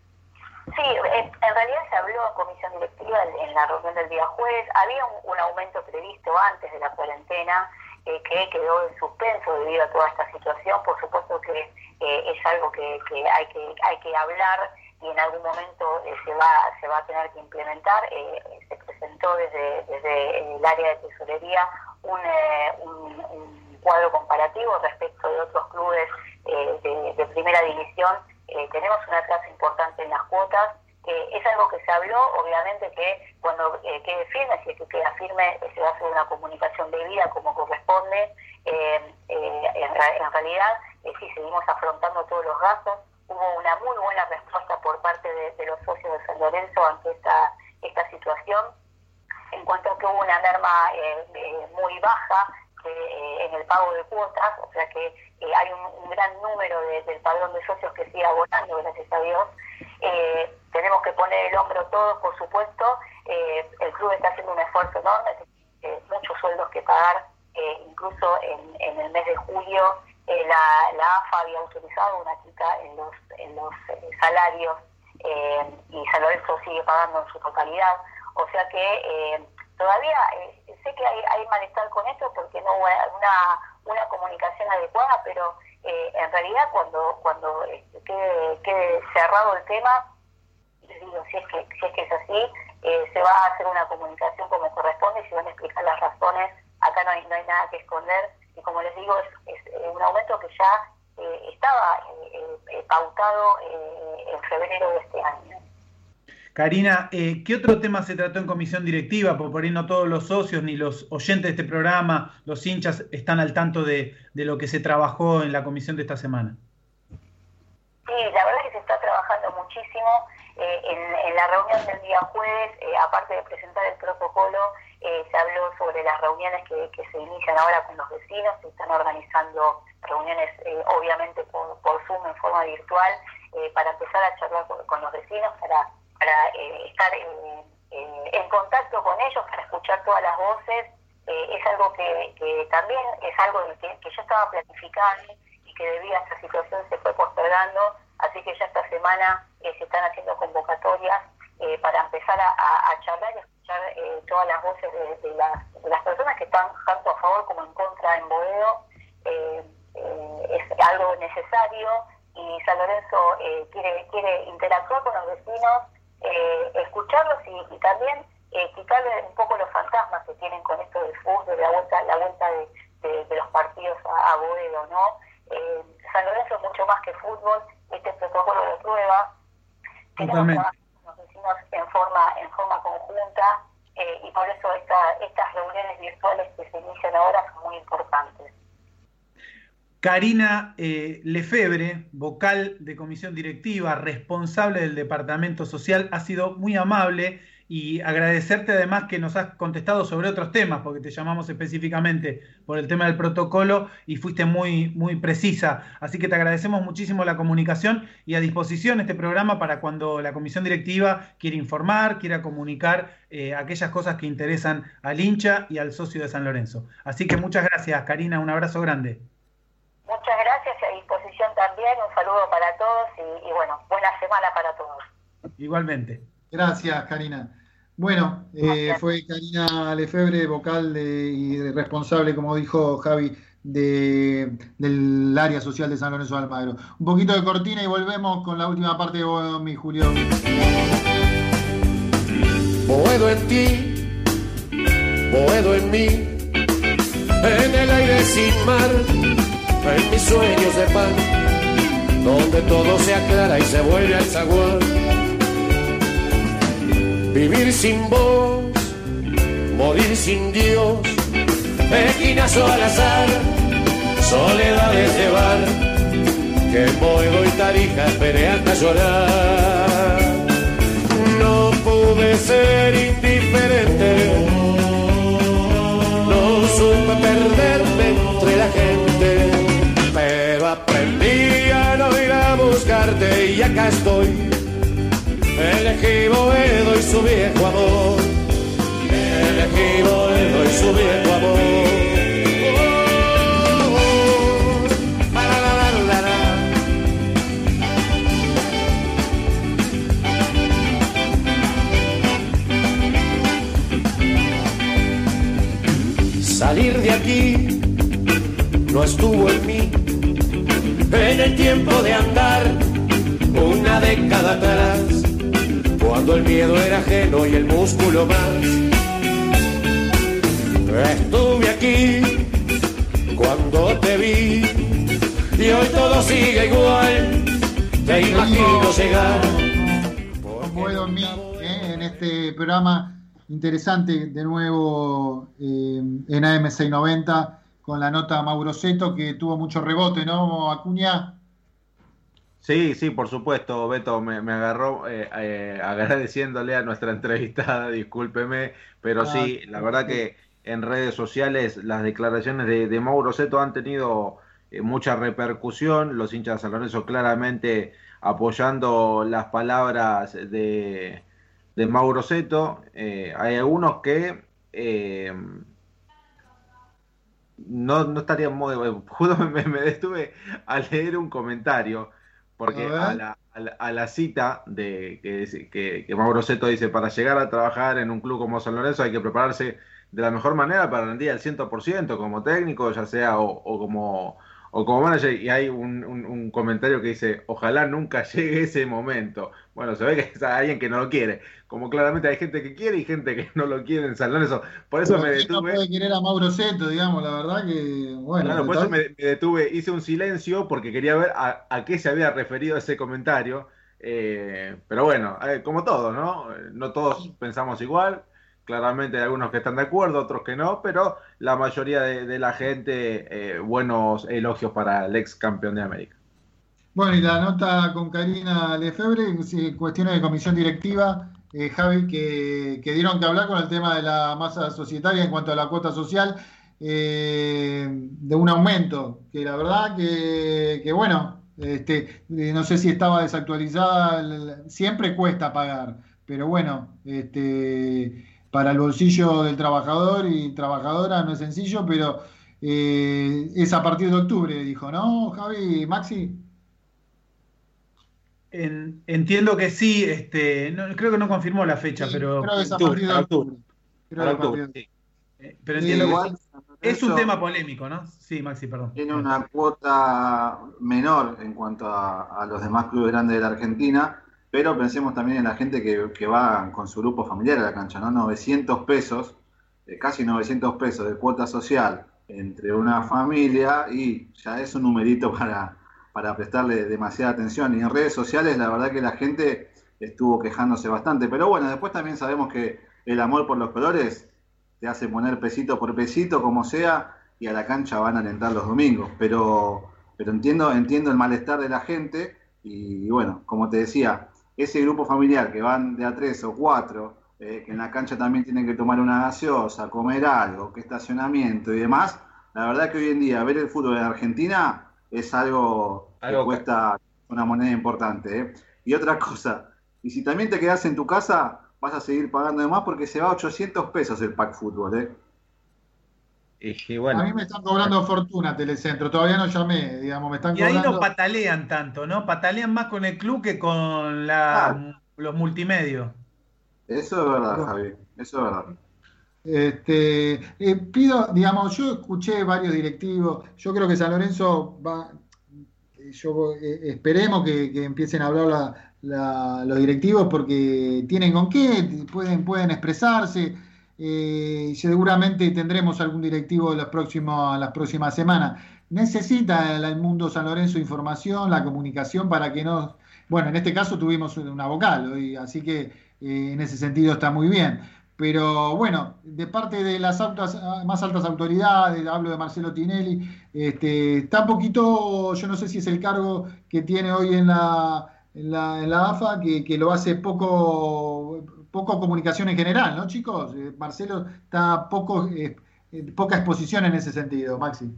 Sí, en realidad se habló en comisión directiva en la reunión del día jueves. Había un, un aumento previsto antes de la cuarentena eh, que quedó en suspenso debido a toda esta situación. Por supuesto que eh, es algo que, que, hay que hay que hablar y en algún momento eh, se va se va a tener que implementar. Eh, se presentó desde, desde el área de tesorería un, eh, un, un cuadro comparativo respecto de otros clubes eh, de, de primera división. Eh, tenemos una tasa importante en las cuotas, eh, es algo que se habló, obviamente que cuando eh, quede firme, si es que queda firme, eh, se va a hacer una comunicación debida como corresponde. Eh, eh, en, en realidad, eh, sí, seguimos afrontando todos los gastos. Hubo una muy buena respuesta por parte de, de los socios de San Lorenzo ante esta, esta situación, en cuanto a que hubo una merma eh, eh, muy baja Eh, en el pago de cuotas, o sea que eh, hay un, un gran número de, del padrón de socios que sigue abonando, gracias a Dios. Eh, tenemos que poner el hombro todos, por supuesto. Eh, el club está haciendo un esfuerzo enorme, eh, muchos sueldos que pagar, eh, incluso en, en el mes de julio eh, la, la A F A había autorizado una quita en los, en los eh, salarios eh, y San Lorenzo sigue pagando en su totalidad, o sea que eh, todavía eh, sé que hay, hay malestar con esto porque no hubo una, una comunicación adecuada, pero eh, en realidad cuando cuando este, quede, quede cerrado el tema, les digo, si es que, si es, que es así, eh, se va a hacer una comunicación como corresponde y se van a explicar las razones a acá no hay, no hay nada que esconder, y como les digo, es, es un aumento que ya eh, estaba eh, eh, pautado eh, en febrero de este año. Karina, eh, ¿qué otro tema se trató en comisión directiva? Por ahí no todos los socios ni los oyentes de este programa, los hinchas, están al tanto de, de lo que se trabajó en la comisión de esta semana. Sí, la verdad es que se está trabajando muchísimo. Eh, en, en la reunión del día jueves, eh, aparte de presentar el protocolo, eh, se habló sobre las reuniones que, que se inician ahora con los vecinos. Se están organizando reuniones, eh, obviamente, por, por Zoom en forma virtual, eh, para empezar a charlar con, con los vecinos, para, para eh, estar en, en, en contacto con ellos, para escuchar todas las voces. Eh, es algo que, que también es algo que, que ya estaba planificado y que debido a esta situación se fue postergando. Así que ya esta semana eh, se están haciendo convocatorias eh, para empezar a, a, a charlar y escuchar eh, todas las voces de, de, las, de las personas que están tanto a favor como en contra en Boedo. Eh, eh, es algo necesario y San Lorenzo eh, quiere, quiere interactuar con los vecinos, eh, escucharlos y, y también eh, quitarle un poco los fantasmas que tienen con esto del fútbol, de la vuelta, la vuelta de, de, de los partidos a, a Boedo, ¿no? Eh, San Lorenzo es mucho más que fútbol. Este protocolo de prueba queremos trabajar con los vecinos en forma en forma conjunta eh, y por eso esta, estas reuniones virtuales que se inician ahora son muy importantes. Karina eh, Lefebvre, vocal de comisión directiva, responsable del departamento social, ha sido muy amable y agradecerte además que nos has contestado sobre otros temas, porque te llamamos específicamente por el tema del protocolo y fuiste muy, muy precisa. Así que te agradecemos muchísimo la comunicación y a disposición este programa para cuando la comisión directiva quiera informar, quiera comunicar eh, aquellas cosas que interesan al hincha y al socio de San Lorenzo. Así que muchas gracias, Karina, un abrazo grande. Muchas gracias y a disposición también, un saludo para todos y, y bueno, buena semana para todos. Igualmente. Gracias, Karina. Bueno, eh, fue Karina Lefebvre, vocal de, y responsable, como dijo Javi, de, del área social de San Lorenzo de Almagro. Un poquito de cortina y volvemos con la última parte de Boedo en mí, Julio. Boedo en ti, Boedo en mí, en el aire sin mar, en mis sueños de pan, donde todo se aclara y se vuelve al zaguán. Vivir sin vos, morir sin Dios, esquinazo al azar, soledades de bar, que en Boedo y Tarija esperé hasta llorar. No pude ser indiferente, no supe perderme entre la gente, pero aprendí a no ir a buscarte y acá estoy. Elegí Boedo y su viejo amor, elegí Boedo y su viejo amor. Oh, oh, la, la, la, la, la. Salir de aquí no estuvo en mí, en el tiempo de andar una década atrás, cuando el miedo era ajeno y el músculo más. Estuve aquí cuando te vi y hoy todo sigue igual. Te imagino llegar. Boedo en mí, eh, en este programa interesante de nuevo eh, en A M seiscientos noventa con la nota Mauro Seto, que tuvo mucho rebote, ¿no, Acuña? Sí, sí, por supuesto, Beto, me, me agarró eh, eh, agradeciéndole a nuestra entrevistada, discúlpeme, pero ah, sí, la verdad que en redes sociales las declaraciones de, de Mauro Seto han tenido eh, mucha repercusión, los hinchas de San Lorenzo claramente apoyando las palabras de, de Mauro Seto. Eh, hay algunos que eh, no, no estarían muy... Justo me, me detuve a leer un comentario, porque a la, a la, a la cita de que, que, que Mauro Seto dice: para llegar a trabajar en un club como San Lorenzo hay que prepararse de la mejor manera para rendir al cien por ciento como técnico, ya sea o, o como o como manager, y hay un, un, un comentario que dice, ojalá nunca llegue ese momento. Bueno, se ve que es alguien que no lo quiere, como claramente hay gente que quiere y gente que no lo quiere en San Lorenzo. Por eso Pero me ¿quién detuve. no puede querer a Mauro Seto, digamos, la verdad que, bueno. Claro, por tal- eso me, me detuve, hice un silencio porque quería ver a, a qué se había referido ese comentario. Eh, pero bueno, eh, como todos, ¿no? No todos pensamos igual. Claramente hay algunos que están de acuerdo, otros que no, pero la mayoría de, de la gente, eh, buenos elogios para el ex campeón de América. Bueno, y la nota con Karina Lefebvre, sí, cuestiones de comisión directiva, eh, Javi, que, que dieron que hablar con el tema de la masa societaria en cuanto a la cuota social, eh, de un aumento, que la verdad que, que bueno, este, eh, no sé si estaba desactualizada, el- siempre cuesta pagar, pero bueno, este, para el bolsillo del trabajador y trabajadora no es sencillo, pero eh, es a partir de octubre, dijo, ¿no, Javi, Maxi? En- entiendo que sí, este, no, creo que no confirmó la fecha, Sí, pero, creo que es a Octubre, partir de para octubre. octubre. Creo Para que a partir octubre, de- sí. eh, pero Sí, entiendo que igual, sí. Es un eso tema polémico, ¿no? Sí, Maxi, perdón. tiene una cuota menor en cuanto a, a los demás clubes grandes de la Argentina, pero pensemos también en la gente que, que va con su grupo familiar a la cancha, ¿no? novecientos pesos, eh, casi novecientos pesos de cuota social entre una familia y ya es un numerito para, para prestarle demasiada atención. Y en redes sociales la verdad que la gente estuvo quejándose bastante, pero bueno, después también sabemos que el amor por los colores te hace poner pesito por pesito, como sea, y a la cancha van a alentar los domingos. Pero, pero entiendo, entiendo el malestar de la gente, y bueno, como te decía, ese grupo familiar que van de a tres o cuatro, eh, que en la cancha también tienen que tomar una gaseosa, comer algo, que estacionamiento y demás, la verdad que hoy en día ver el fútbol en Argentina es algo que Algo que- cuesta una moneda importante, ¿eh? Y otra cosa, y si también te quedas en tu casa, vas a seguir pagando de más porque se va a ochocientos pesos el pack fútbol, ¿eh? Y, y A bueno, mí me están cobrando fortuna Telecentro, todavía no llamé, digamos, me están Y ahí no cobrando. patalean tanto, ¿no? Patalean más con el club que con la, los multimedios. Eso es verdad, Javi, eso es verdad. Este, eh, pido, digamos, yo escuché varios directivos, yo creo que San Lorenzo va, eh, yo, eh, esperemos que, que empiecen a hablar la- la- los directivos porque tienen con qué, pueden, pueden expresarse, eh, seguramente tendremos algún directivo en los próximos, las próximas semanas. Necesita el, el mundo San Lorenzo información, la comunicación para que no, bueno, en este caso tuvimos una vocal, hoy, así que eh, en ese sentido está muy bien. Pero bueno, de parte de las altas, más altas autoridades, hablo de Marcelo Tinelli, este, está un poquito, yo no sé si es el cargo que tiene hoy en la, en la, en la A F A, que, que lo hace poco, poco comunicación en general, ¿no, chicos? Eh, Marcelo está poco, eh, eh, poca exposición en ese sentido, Maxi.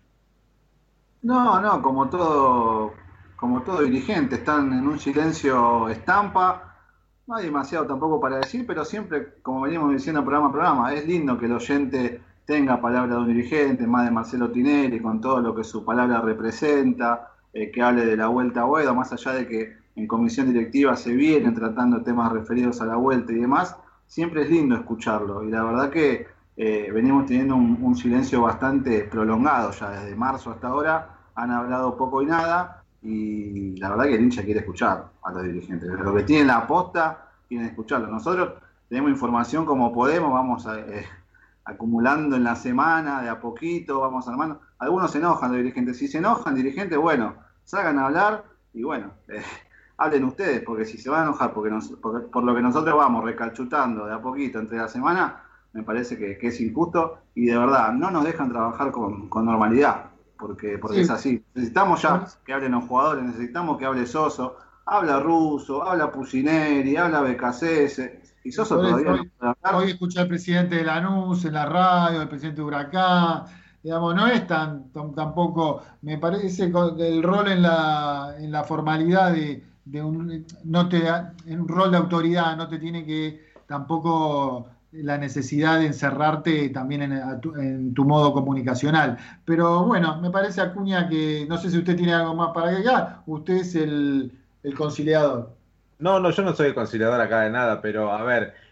No, no, como todo, como todo dirigente, están en un silencio estampa. No hay demasiado tampoco para decir, pero siempre, como venimos diciendo programa a programa, es lindo que el oyente tenga palabra de un dirigente, más de Marcelo Tinelli, con todo lo que su palabra representa, eh, que hable de la vuelta a Boedo, más allá de que en comisión directiva se vienen tratando temas referidos a la vuelta y demás, siempre es lindo escucharlo. Y la verdad que eh, venimos teniendo un, un silencio bastante prolongado ya desde marzo hasta ahora, han hablado poco y nada. Y la verdad que el hincha quiere escuchar a los dirigentes. Lo que tienen la posta, quieren escucharlo. Nosotros tenemos información como podemos, vamos a, eh, acumulando en la semana, de a poquito, vamos armando. Algunos se enojan los dirigentes. Si se enojan dirigentes, bueno, salgan a hablar y bueno, eh, hablen ustedes, porque si se van a enojar porque nos, por, por lo que nosotros vamos recalchutando de a poquito entre la semana, me parece que, que es injusto y de verdad no nos dejan trabajar con, con normalidad. Porque, porque Sí. es así. Necesitamos ya que hablen los jugadores, necesitamos que hable Soso, habla Russo, habla Pusineri, habla B K C S, y Soso Por eso, todavía no hoy, puede hablar. hoy escuché al presidente de Lanús en la radio, el presidente de Huracán, digamos, no es tan, tan- tampoco, me parece que el rol en la, en la formalidad de, de un, no te da- en un rol de autoridad, no te tiene que tampoco la necesidad de encerrarte también en, a tu, en tu modo comunicacional. Pero bueno, me parece, Acuña, que no sé si usted tiene algo más para agregar, usted es el, el conciliador. no, no, yo no soy el conciliador acá de nada, pero a ver,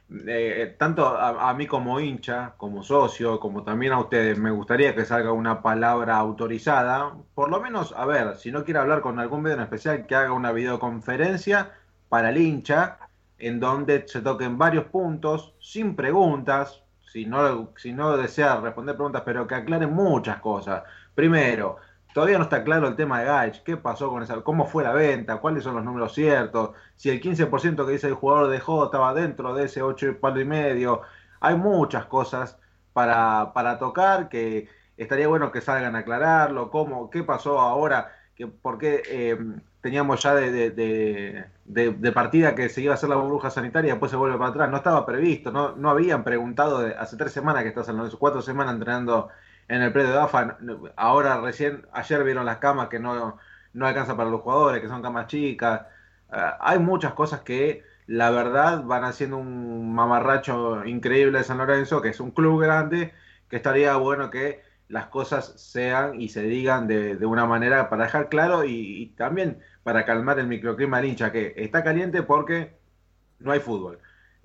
eh, tanto a, a mí como hincha, como socio, como también a ustedes, me gustaría que salga una palabra autorizada, por lo menos, a ver, si no quiere hablar con algún medio en especial, que haga una videoconferencia para el hincha, en donde se toquen varios puntos, sin preguntas, si no, si no desea responder preguntas, pero que aclaren muchas cosas. Primero, todavía no está claro el tema de Gaich, qué pasó con esa, cómo fue la venta, cuáles son los números ciertos, si el quince por ciento que dice el jugador dejó estaba dentro de ese ocho y medio. Hay muchas cosas para, para tocar, que estaría bueno que salgan a aclararlo, cómo, qué pasó ahora, que, por qué eh, teníamos ya de, de, de, de, de partida que se iba a hacer la burbuja sanitaria y después se vuelve para atrás. No estaba previsto, no, no habían preguntado, de, hace tres semanas que estás en los cuatro semanas entrenando en el predio de A F A, ahora recién, ayer vieron las camas que no, no alcanzan para los jugadores, que son camas chicas. Uh, hay muchas cosas que la verdad van haciendo un mamarracho increíble de San Lorenzo, que es un club grande, que estaría bueno que las cosas sean y se digan de, de una manera para dejar claro y, y también para calmar el microclima del hincha, que está caliente porque no hay fútbol.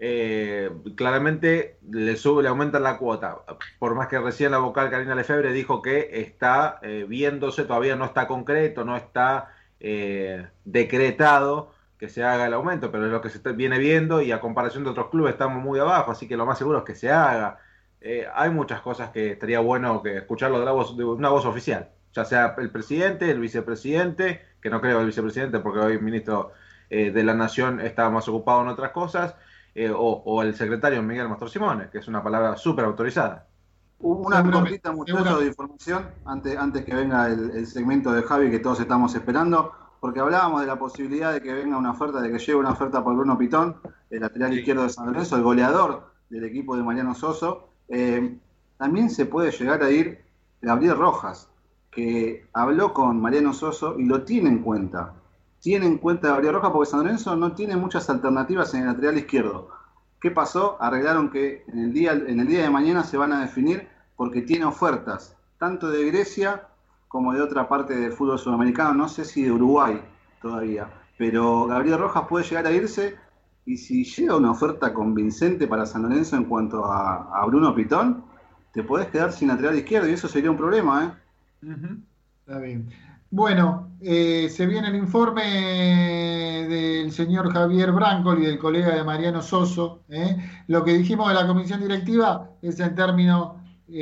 Eh, claramente le sube, le aumentan la cuota, por más que recién la vocal Karina Lefebvre dijo que está eh, viéndose, todavía no está concreto, no está eh, decretado que se haga el aumento, pero es lo que se viene viendo y a comparación de otros clubes estamos muy abajo, así que lo más seguro es que se haga. Eh, hay muchas cosas que estaría bueno que escucharlo de, la voz, de una voz oficial, ya sea el presidente, el vicepresidente, que no creo el vicepresidente porque hoy el ministro eh, de la Nación está más ocupado en otras cosas, Eh, o, o el secretario Miguel Mastor Simone, que es una palabra súper autorizada. Una cortita, muchachos, de información antes, antes que venga el, el segmento de Javi que todos estamos esperando, porque hablábamos de la posibilidad de que venga una oferta, de que llegue una oferta por Bruno Pitón, el lateral sí. izquierdo de San Lorenzo, el goleador del equipo de Mariano Soso. Eh, también se puede llegar a ir Gabriel Rojas, que habló con Mariano Soso y lo tiene en cuenta. Tiene en cuenta a Gabriel Rojas porque San Lorenzo no tiene muchas alternativas en el lateral izquierdo. ¿Qué pasó? Arreglaron que en el día, en el día de mañana se van a definir porque tiene ofertas, tanto de Grecia como de otra parte del fútbol sudamericano, no sé si de Uruguay todavía, pero Gabriel Rojas puede llegar a irse y si llega una oferta convincente para San Lorenzo en cuanto a, a Bruno Pitón, te podés quedar sin lateral izquierdo y eso sería un problema, ¿eh? Uh-huh. Está bien. Bueno, eh, se viene el informe del señor Javier Brancoli y del colega de Mariano Soso. ¿eh? Lo que dijimos de la comisión directiva es en términos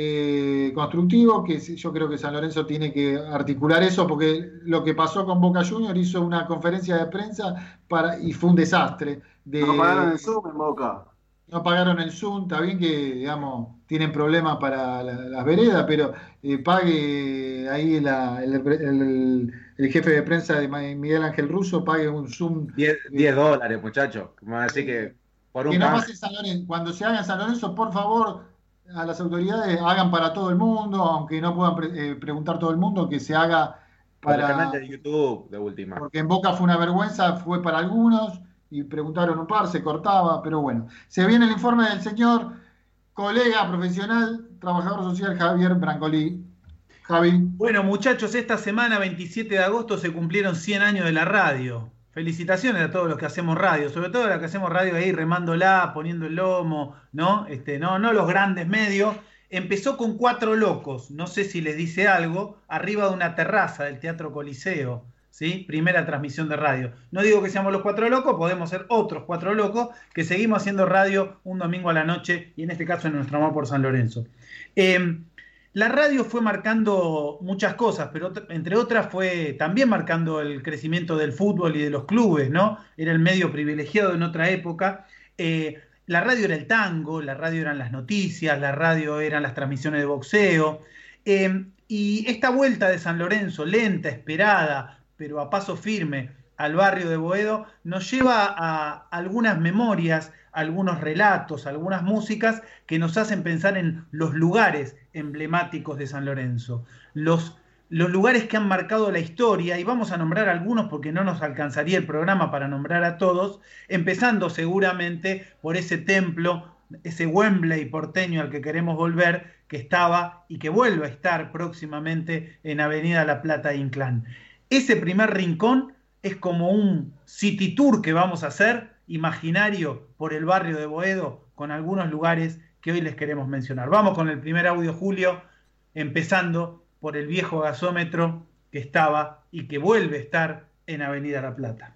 eh, constructivos, que yo creo que San Lorenzo tiene que articular eso, porque lo que pasó con Boca Juniors hizo una conferencia de prensa para, y fue un desastre. De, no pagaron el Zoom en Boca. No pagaron el Zoom, está bien que, digamos, tienen problemas para la, las veredas, pero eh, pague ahí la, el, el, el jefe de prensa de Miguel Ángel Russo, pague un Zoom. diez dólares, muchachos. Así que, por un que no pase San Lorenzo. Cuando se haga en San Lorenzo, por favor, a las autoridades hagan para todo el mundo, aunque no puedan pre, eh, preguntar todo el mundo, que se haga para. Para el canal de YouTube, de última. Porque en Boca fue una vergüenza, fue para algunos. Y preguntaron un par, se cortaba, pero bueno. Se viene el informe del señor colega profesional, trabajador social Javier Brancoli. Javi. Bueno, muchachos, esta semana, veintisiete de agosto, se cumplieron cien años de la radio. Felicitaciones a todos los que hacemos radio, sobre todo a los que hacemos radio ahí remándola, poniendo el lomo, ¿no? Este, no, no los grandes medios. Empezó con Cuatro Locos, no sé si les dice algo, arriba de una terraza del Teatro Coliseo. ¿Sí? Primera transmisión de radio. No digo que seamos los Cuatro Locos, podemos ser otros Cuatro Locos que seguimos haciendo radio un domingo a la noche y en este caso en nuestro amor por San Lorenzo. Eh, la radio fue marcando muchas cosas, pero entre otras fue también marcando el crecimiento del fútbol y de los clubes, ¿no? Era el medio privilegiado en otra época. Eh, la radio era el tango, la radio eran las noticias, la radio eran las transmisiones de boxeo. Eh, y esta vuelta de San Lorenzo, lenta, esperada, pero a paso firme al barrio de Boedo, nos lleva a algunas memorias, algunos relatos, algunas músicas que nos hacen pensar en los lugares emblemáticos de San Lorenzo, los, los lugares que han marcado la historia, y vamos a nombrar algunos porque no nos alcanzaría el programa para nombrar a todos, empezando seguramente por ese templo, ese Wembley porteño al que queremos volver, que estaba y que vuelve a estar próximamente en Avenida La Plata Inclán. Ese primer rincón es como un city tour que vamos a hacer, imaginario, por el barrio de Boedo, con algunos lugares que hoy les queremos mencionar. Vamos con el primer audio, Julio, empezando por el viejo gasómetro que estaba y que vuelve a estar en Avenida La Plata.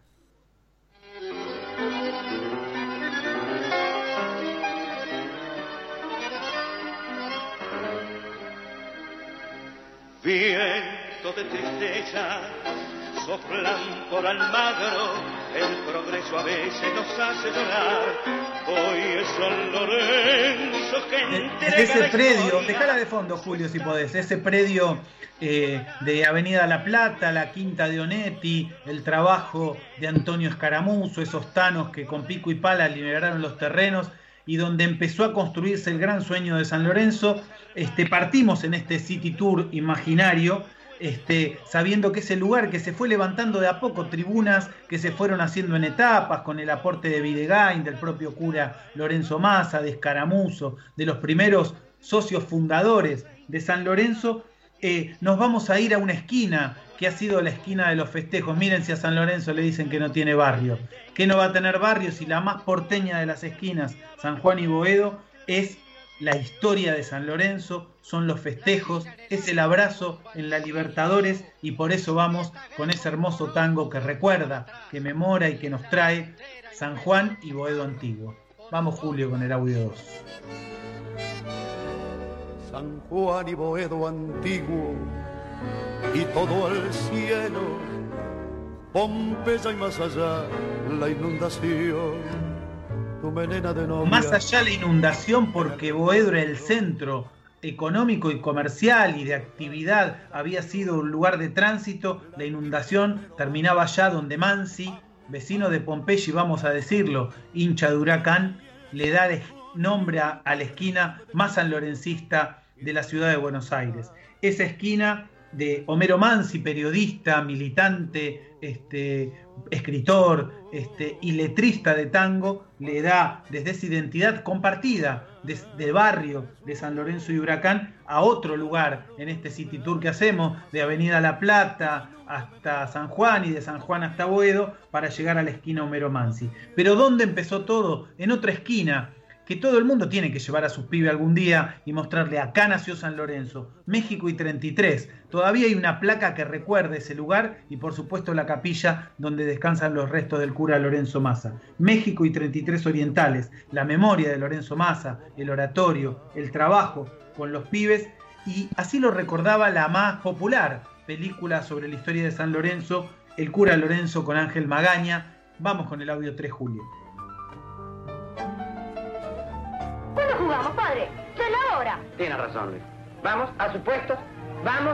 Viento de tristeza soplan por Almagro, el progreso a veces nos hace llorar. Hoy es San Lorenzo que entrega Ese la predio, historia. dejala de fondo, Julio, si podés, ese predio eh, de Avenida La Plata, la quinta de Onetti, el trabajo de Antonio Escaramuzo, esos tanos que con pico y pala liberaron los terrenos y donde empezó a construirse el gran sueño de San Lorenzo. Este, partimos en este City Tour imaginario, este, sabiendo que ese lugar que se fue levantando de a poco, tribunas que se fueron haciendo en etapas, con el aporte de Videgain, del propio cura Lorenzo Massa, de Escaramuzo, de los primeros socios fundadores de San Lorenzo, eh, nos vamos a ir a una esquina que ha sido la esquina de los festejos. Miren si a San Lorenzo le dicen que no tiene barrio. ¿Qué no va a tener barrio si la más porteña de las esquinas, San Juan y Boedo, es la historia de San Lorenzo, son los festejos, es el abrazo en la Libertadores, y por eso vamos con ese hermoso tango que recuerda, que memora y que nos trae San Juan y Boedo antiguo. Vamos, Julio, con el audio dos. San Juan y Boedo antiguo y todo el cielo, Pompeya y más allá la inundación. Tu melena de novia. Más allá la inundación, porque Boedo era el centro económico y comercial y de actividad, había sido un lugar de tránsito. La inundación terminaba allá donde Mansi, vecino de Pompeya y vamos a decirlo, hincha de Huracán, le da nombre a, a la esquina más sanlorencista de la ciudad de Buenos Aires. Esa esquina de Homero Mansi, periodista, militante, este, escritor este, y letrista de tango, le da desde esa identidad compartida de, de barrio de San Lorenzo y Huracán a otro lugar en este City Tour que hacemos, de Avenida La Plata hasta San Juan y de San Juan hasta Boedo, para llegar a la esquina Homero Mansi. Pero ¿dónde empezó todo? En otra esquina que todo el mundo tiene que llevar a sus pibes algún día y mostrarle: acá nació San Lorenzo, México y treinta y tres. Todavía hay una placa que recuerde ese lugar y por supuesto la capilla donde descansan los restos del cura Lorenzo Massa. México y treinta y tres orientales, la memoria de Lorenzo Massa, el oratorio, el trabajo con los pibes, y así lo recordaba la más popular película sobre la historia de San Lorenzo, El cura Lorenzo, con Ángel Magaña. Vamos con el audio tres, Julio. ¿Cuándo jugamos, padre? ¡Ya es la hora! Tiene razón, Luis. Vamos, a su puesto. Vamos.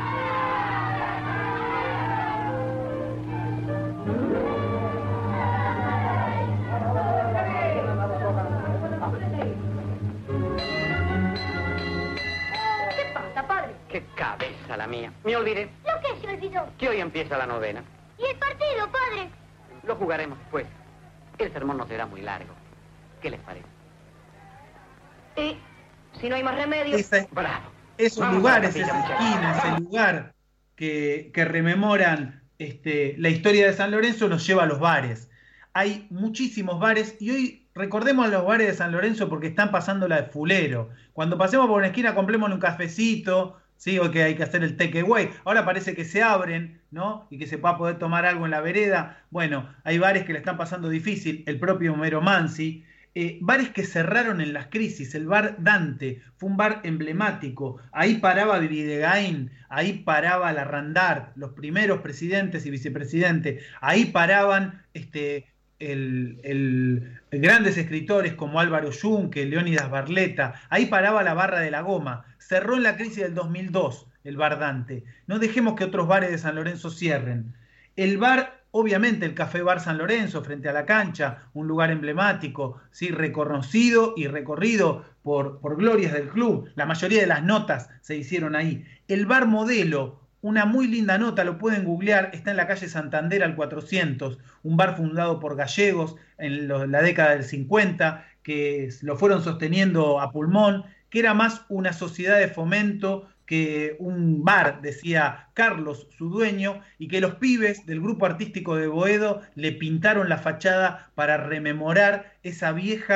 ¿Qué pasa, padre? ¡Qué cabeza la mía! Me olvidé ¿Lo que se olvidó? que hoy empieza la novena. ¿Y el partido, padre? Lo jugaremos después. El sermón no será muy largo. ¿Qué les parece? Y si no hay más remedio... Esa, Bravo. Esos Vamos lugares, a la esas capilla, esquinas, ese lugar que, que rememoran este, la historia de San Lorenzo, nos lleva a los bares. Hay muchísimos bares y hoy recordemos los bares de San Lorenzo porque están pasando la de fulero. Cuando pasemos por una esquina, comprémonos un cafecito, ¿sí? Hoy que hay que hacer el takeaway. Ahora parece que se abren, ¿no? Y que se va a poder tomar algo en la vereda. Bueno, hay bares que le están pasando difícil, el propio Homero Mansi. Eh, bares que cerraron en las crisis. El bar Dante fue un bar emblemático. Ahí paraba Videgain, ahí paraba Larrandart, los primeros presidentes y vicepresidentes. Ahí paraban este, el, el, el grandes escritores como Álvaro Yunque, Leónidas Barletta. Ahí paraba la Barra de la Goma. Cerró en la crisis del dos mil dos el bar Dante. No dejemos que otros bares de San Lorenzo cierren. El bar, obviamente, el Café Bar San Lorenzo, frente a la cancha, un lugar emblemático, ¿sí? Reconocido y recorrido por, por glorias del club. La mayoría de las notas se hicieron ahí. El Bar Modelo, una muy linda nota, lo pueden googlear, está en la calle Santander al cuatrocientos, un bar fundado por gallegos en lo, la década del cincuenta, que lo fueron sosteniendo a pulmón, que era más una sociedad de fomento que un bar, decía Carlos, su dueño, y que los pibes del grupo artístico de Boedo le pintaron la fachada para rememorar esa vieja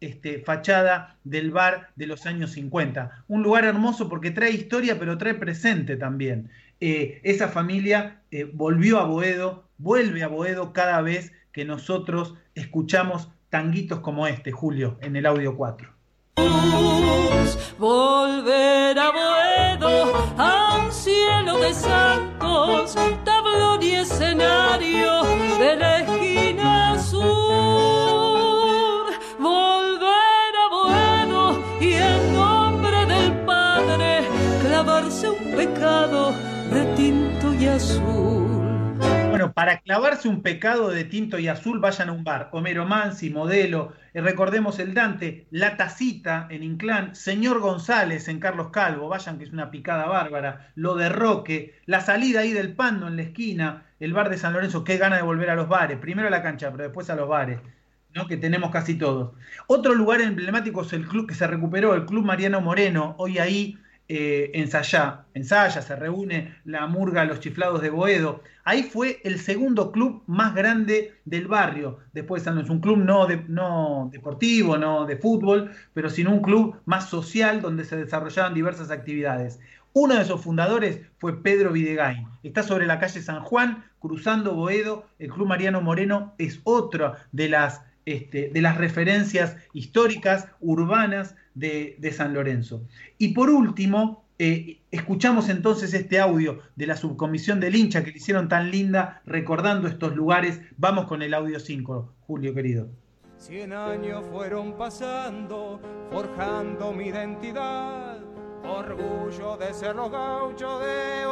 este, fachada del bar de los años cincuenta. Un lugar hermoso porque trae historia, pero trae presente también. Eh, esa familia eh, volvió a Boedo, vuelve a Boedo cada vez que nosotros escuchamos tanguitos como este, Julio, en el audio cuatro. Volver a Boedo, a un cielo de santos, tablón y escenario de la esquina sur. Volver a Boedo y en nombre del Padre clavarse un pecado de tinto y azul. Bueno, para clavarse un pecado de tinto y azul, vayan a un bar. Homero Mansi, Modelo, eh, recordemos el Dante, La Tacita en Inclán, Señor González en Carlos Calvo, vayan que es una picada bárbara, Lo de Roque, la salida ahí del Pando en la esquina, el bar de San Lorenzo, qué gana de volver a los bares, primero a la cancha, pero después a los bares, ¿no? Que tenemos casi todos. Otro lugar emblemático es el club que se recuperó, el Club Mariano Moreno, hoy ahí eh, ensaya, ensaya, se reúne la murga Los Chiflados de Boedo. Ahí fue el segundo club más grande del barrio, después de San Lorenzo, un club no, de, no deportivo, no de fútbol, pero sino un club más social donde se desarrollaban diversas actividades. Uno de esos fundadores fue Pedro Videgain. Está sobre la calle San Juan, cruzando Boedo. El Club Mariano Moreno es otra de las, este, de las referencias históricas, urbanas de, de San Lorenzo. Y por último, eh, escuchamos entonces este audio de la subcomisión del hincha que le hicieron tan linda recordando estos lugares. Vamos con el audio cinco, Julio querido. Cien años fueron pasando, forjando mi identidad, orgullo de ser los gauchos de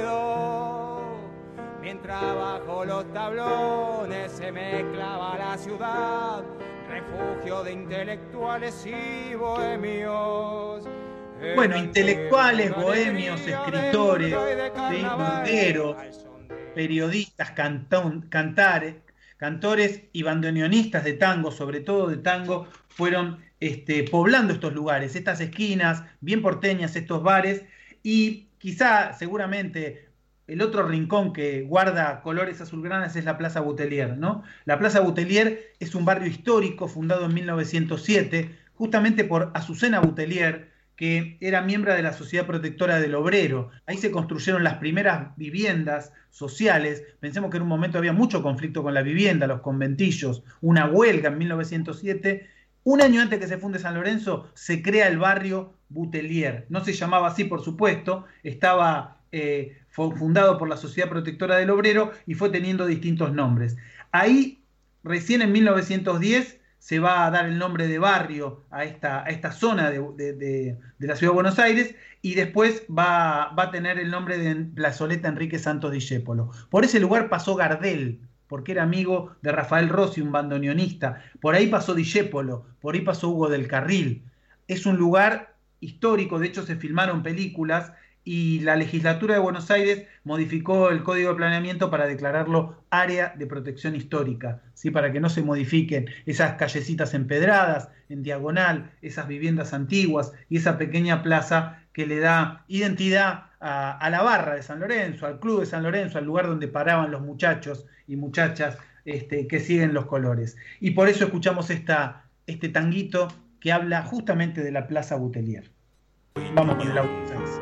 Boedo. Mientras bajo los tablones se mezclaba la ciudad, refugio de intelectuales y bohemios. Bueno, intelectuales, bohemios, escritores, burgueros, periodistas, cantón, cantares, cantores y bandoneonistas de tango, sobre todo de tango, fueron este, poblando estos lugares, estas esquinas bien porteñas, estos bares, y quizá, seguramente, el otro rincón que guarda colores azulgranas es la Plaza Butelier, ¿no? La Plaza Butelier es un barrio histórico fundado en mil novecientos siete, justamente por Azucena Butelier, que era miembro de la Sociedad Protectora del Obrero. Ahí se construyeron las primeras viviendas sociales. Pensemos que en un momento había mucho conflicto con la vivienda, los conventillos, una huelga en mil novecientos siete. Un año antes que se funde San Lorenzo, se crea el barrio Butelier. No se llamaba así, por supuesto, estaba eh, fue fundado por la Sociedad Protectora del Obrero y fue teniendo distintos nombres. Ahí, recién en mil novecientos diez, se va a dar el nombre de barrio a esta, a esta zona de, de, de, de la ciudad de Buenos Aires, y después va, va a tener el nombre de Plazoleta Enrique Santos Discépolo. Por ese lugar pasó Gardel, porque era amigo de Rafael Rossi, un bandoneonista. Por ahí pasó Discépolo, por ahí pasó Hugo del Carril. Es un lugar histórico, de hecho se filmaron películas, y la legislatura de Buenos Aires modificó el Código de Planeamiento para declararlo área de protección histórica, ¿sí? Para que no se modifiquen esas callecitas empedradas, en diagonal, esas viviendas antiguas y esa pequeña plaza que le da identidad a, a la barra de San Lorenzo, al club de San Lorenzo, al lugar donde paraban los muchachos y muchachas este, que siguen los colores. Y por eso escuchamos esta, este tanguito que habla justamente de la Plaza Butelier. Vamos con el audio seis.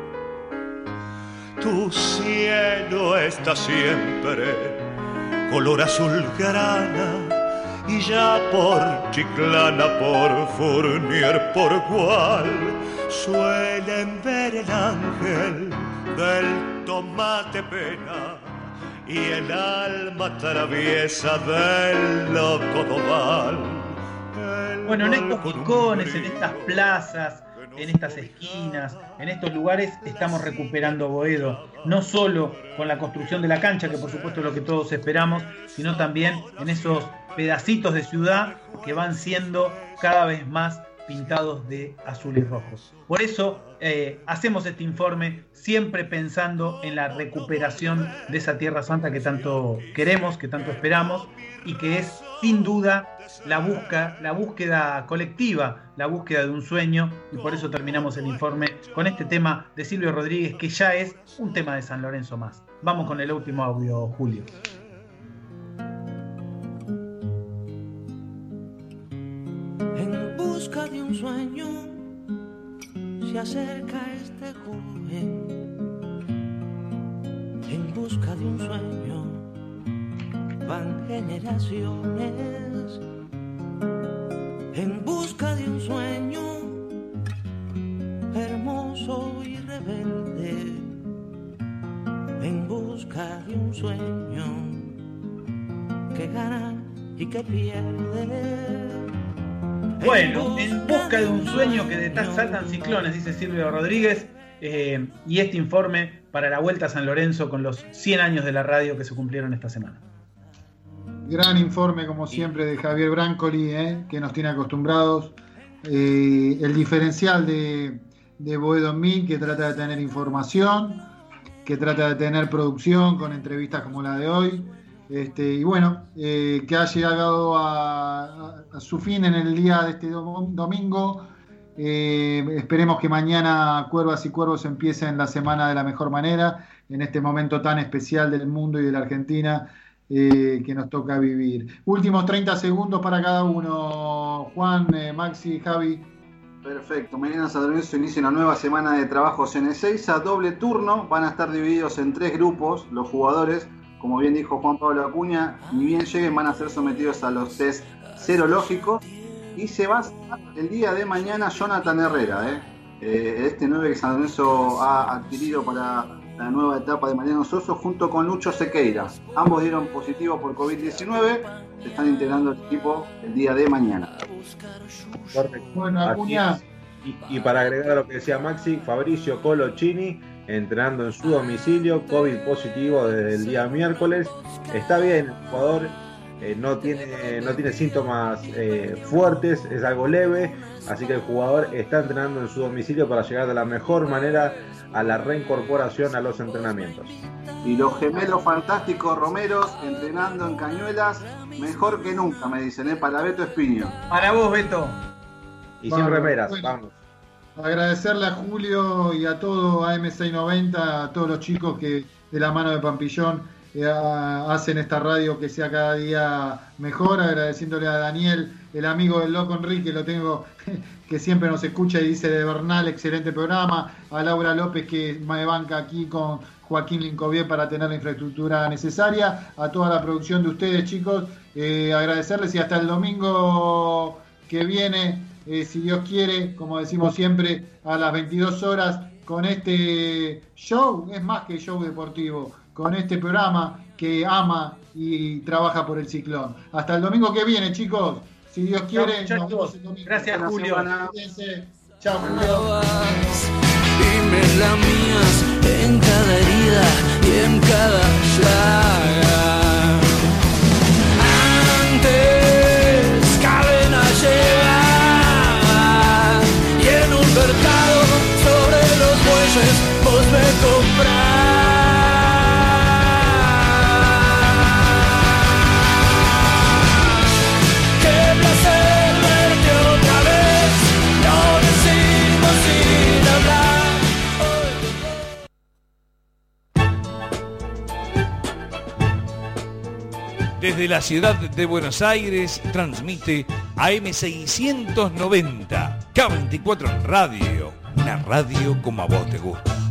Tu cielo está siempre color azul grana, y ya por Chiclana, por Fournier, por Gual, suelen ver el ángel del tomate pena y el alma traviesa del loco Doval. Bueno, en estos rincones, en estas plazas, en estas esquinas, en estos lugares estamos recuperando Boedo, no solo con la construcción de la cancha, que por supuesto es lo que todos esperamos, sino también en esos pedacitos de ciudad que van siendo cada vez más pintados de azul y rojo. Por eso eh, hacemos este informe siempre pensando en la recuperación de esa Tierra Santa que tanto queremos, que tanto esperamos, y que es sin duda la, busca, la búsqueda colectiva, la búsqueda de un sueño, y por eso terminamos el informe con este tema de Silvio Rodríguez, que ya es un tema de San Lorenzo más. Vamos con el último audio, Julio. En busca sueño se acerca este joven en busca de un sueño. Van generaciones en busca de un sueño hermoso y rebelde, en busca de un sueño que gana y que pierde. Bueno, en busca de un sueño que desatan ciclones, dice Silvio Rodríguez, eh, y este informe para la Vuelta a San Lorenzo con los cien años de la radio que se cumplieron esta semana. Gran informe, como siempre, de Javier Brancoli, eh, que nos tiene acostumbrados. Eh, el diferencial de, de Boedo en mí, que trata de tener información, que trata de tener producción con entrevistas como la de hoy. Este, y bueno, eh, que ha llegado a, a, a su fin en el día de este domingo. Eh, esperemos que mañana Cuervas y Cuervos empiecen la semana de la mejor manera, en este momento tan especial del mundo y de la Argentina eh, que nos toca vivir. Últimos treinta segundos para cada uno. Juan, eh, Maxi, Javi. Perfecto, mañana San Lorenzo inicia una nueva semana de trabajos en Ezeiza, doble turno, van a estar divididos en tres grupos, los jugadores, como bien dijo Juan Pablo Acuña, ni bien lleguen van a ser sometidos a los test serológicos y se va a hacer el día de mañana Jonathan Herrera, ¿eh? Eh, este nueve que San Lorenzo ha adquirido para la nueva etapa de Mariano Soso junto con Lucho Sequeira. Ambos dieron positivo por covid diecinueve, se están integrando el equipo el día de mañana. Correcto. Bueno, Acuña. Y, y para agregar a lo que decía Maxi, Fabricio Colochini entrenando en su domicilio, COVID positivo desde el día miércoles. Está bien, el jugador eh, no tiene no tiene síntomas eh, fuertes, es algo leve, así que el jugador está entrenando en su domicilio para llegar de la mejor manera a la reincorporación a los entrenamientos. Y los gemelos fantásticos Romeros entrenando en Cañuelas mejor que nunca, me dicen, ¿eh? Para Beto Espiño. Para vos, Beto. Y Vamos, sin remeras, bueno. vamos. Agradecerle a Julio y a todo a M seiscientos noventa, a todos los chicos que de la mano de Pampillón eh, hacen esta radio que sea cada día mejor. Agradeciéndole a Daniel, el amigo del loco Enrique, lo tengo, que siempre nos escucha y dice de Bernal, excelente programa. A Laura López, que me banca aquí con Joaquín Lincovier para tener la infraestructura necesaria. A toda la producción de ustedes, chicos, eh, agradecerles y hasta el domingo que viene. Eh, si Dios quiere, como decimos siempre, a las veintidós horas, con este show, es más que show deportivo, con este programa que ama y trabaja por el Ciclón. Hasta el domingo que viene, chicos. Si Dios quiere, chau, nos vemos el domingo. Gracias, Buena Julio. semana. Chao, Julio. Y me lamías en cada herida y en cada llaga. Antes cadena lleva y en un mercado sobre los bueyes vos me comprás. Qué placer verte otra vez, no decimos sin hablar. Desde la ciudad de Buenos Aires transmite A M seiscientos noventa, K veinticuatro en radio, una radio como a vos te gusta.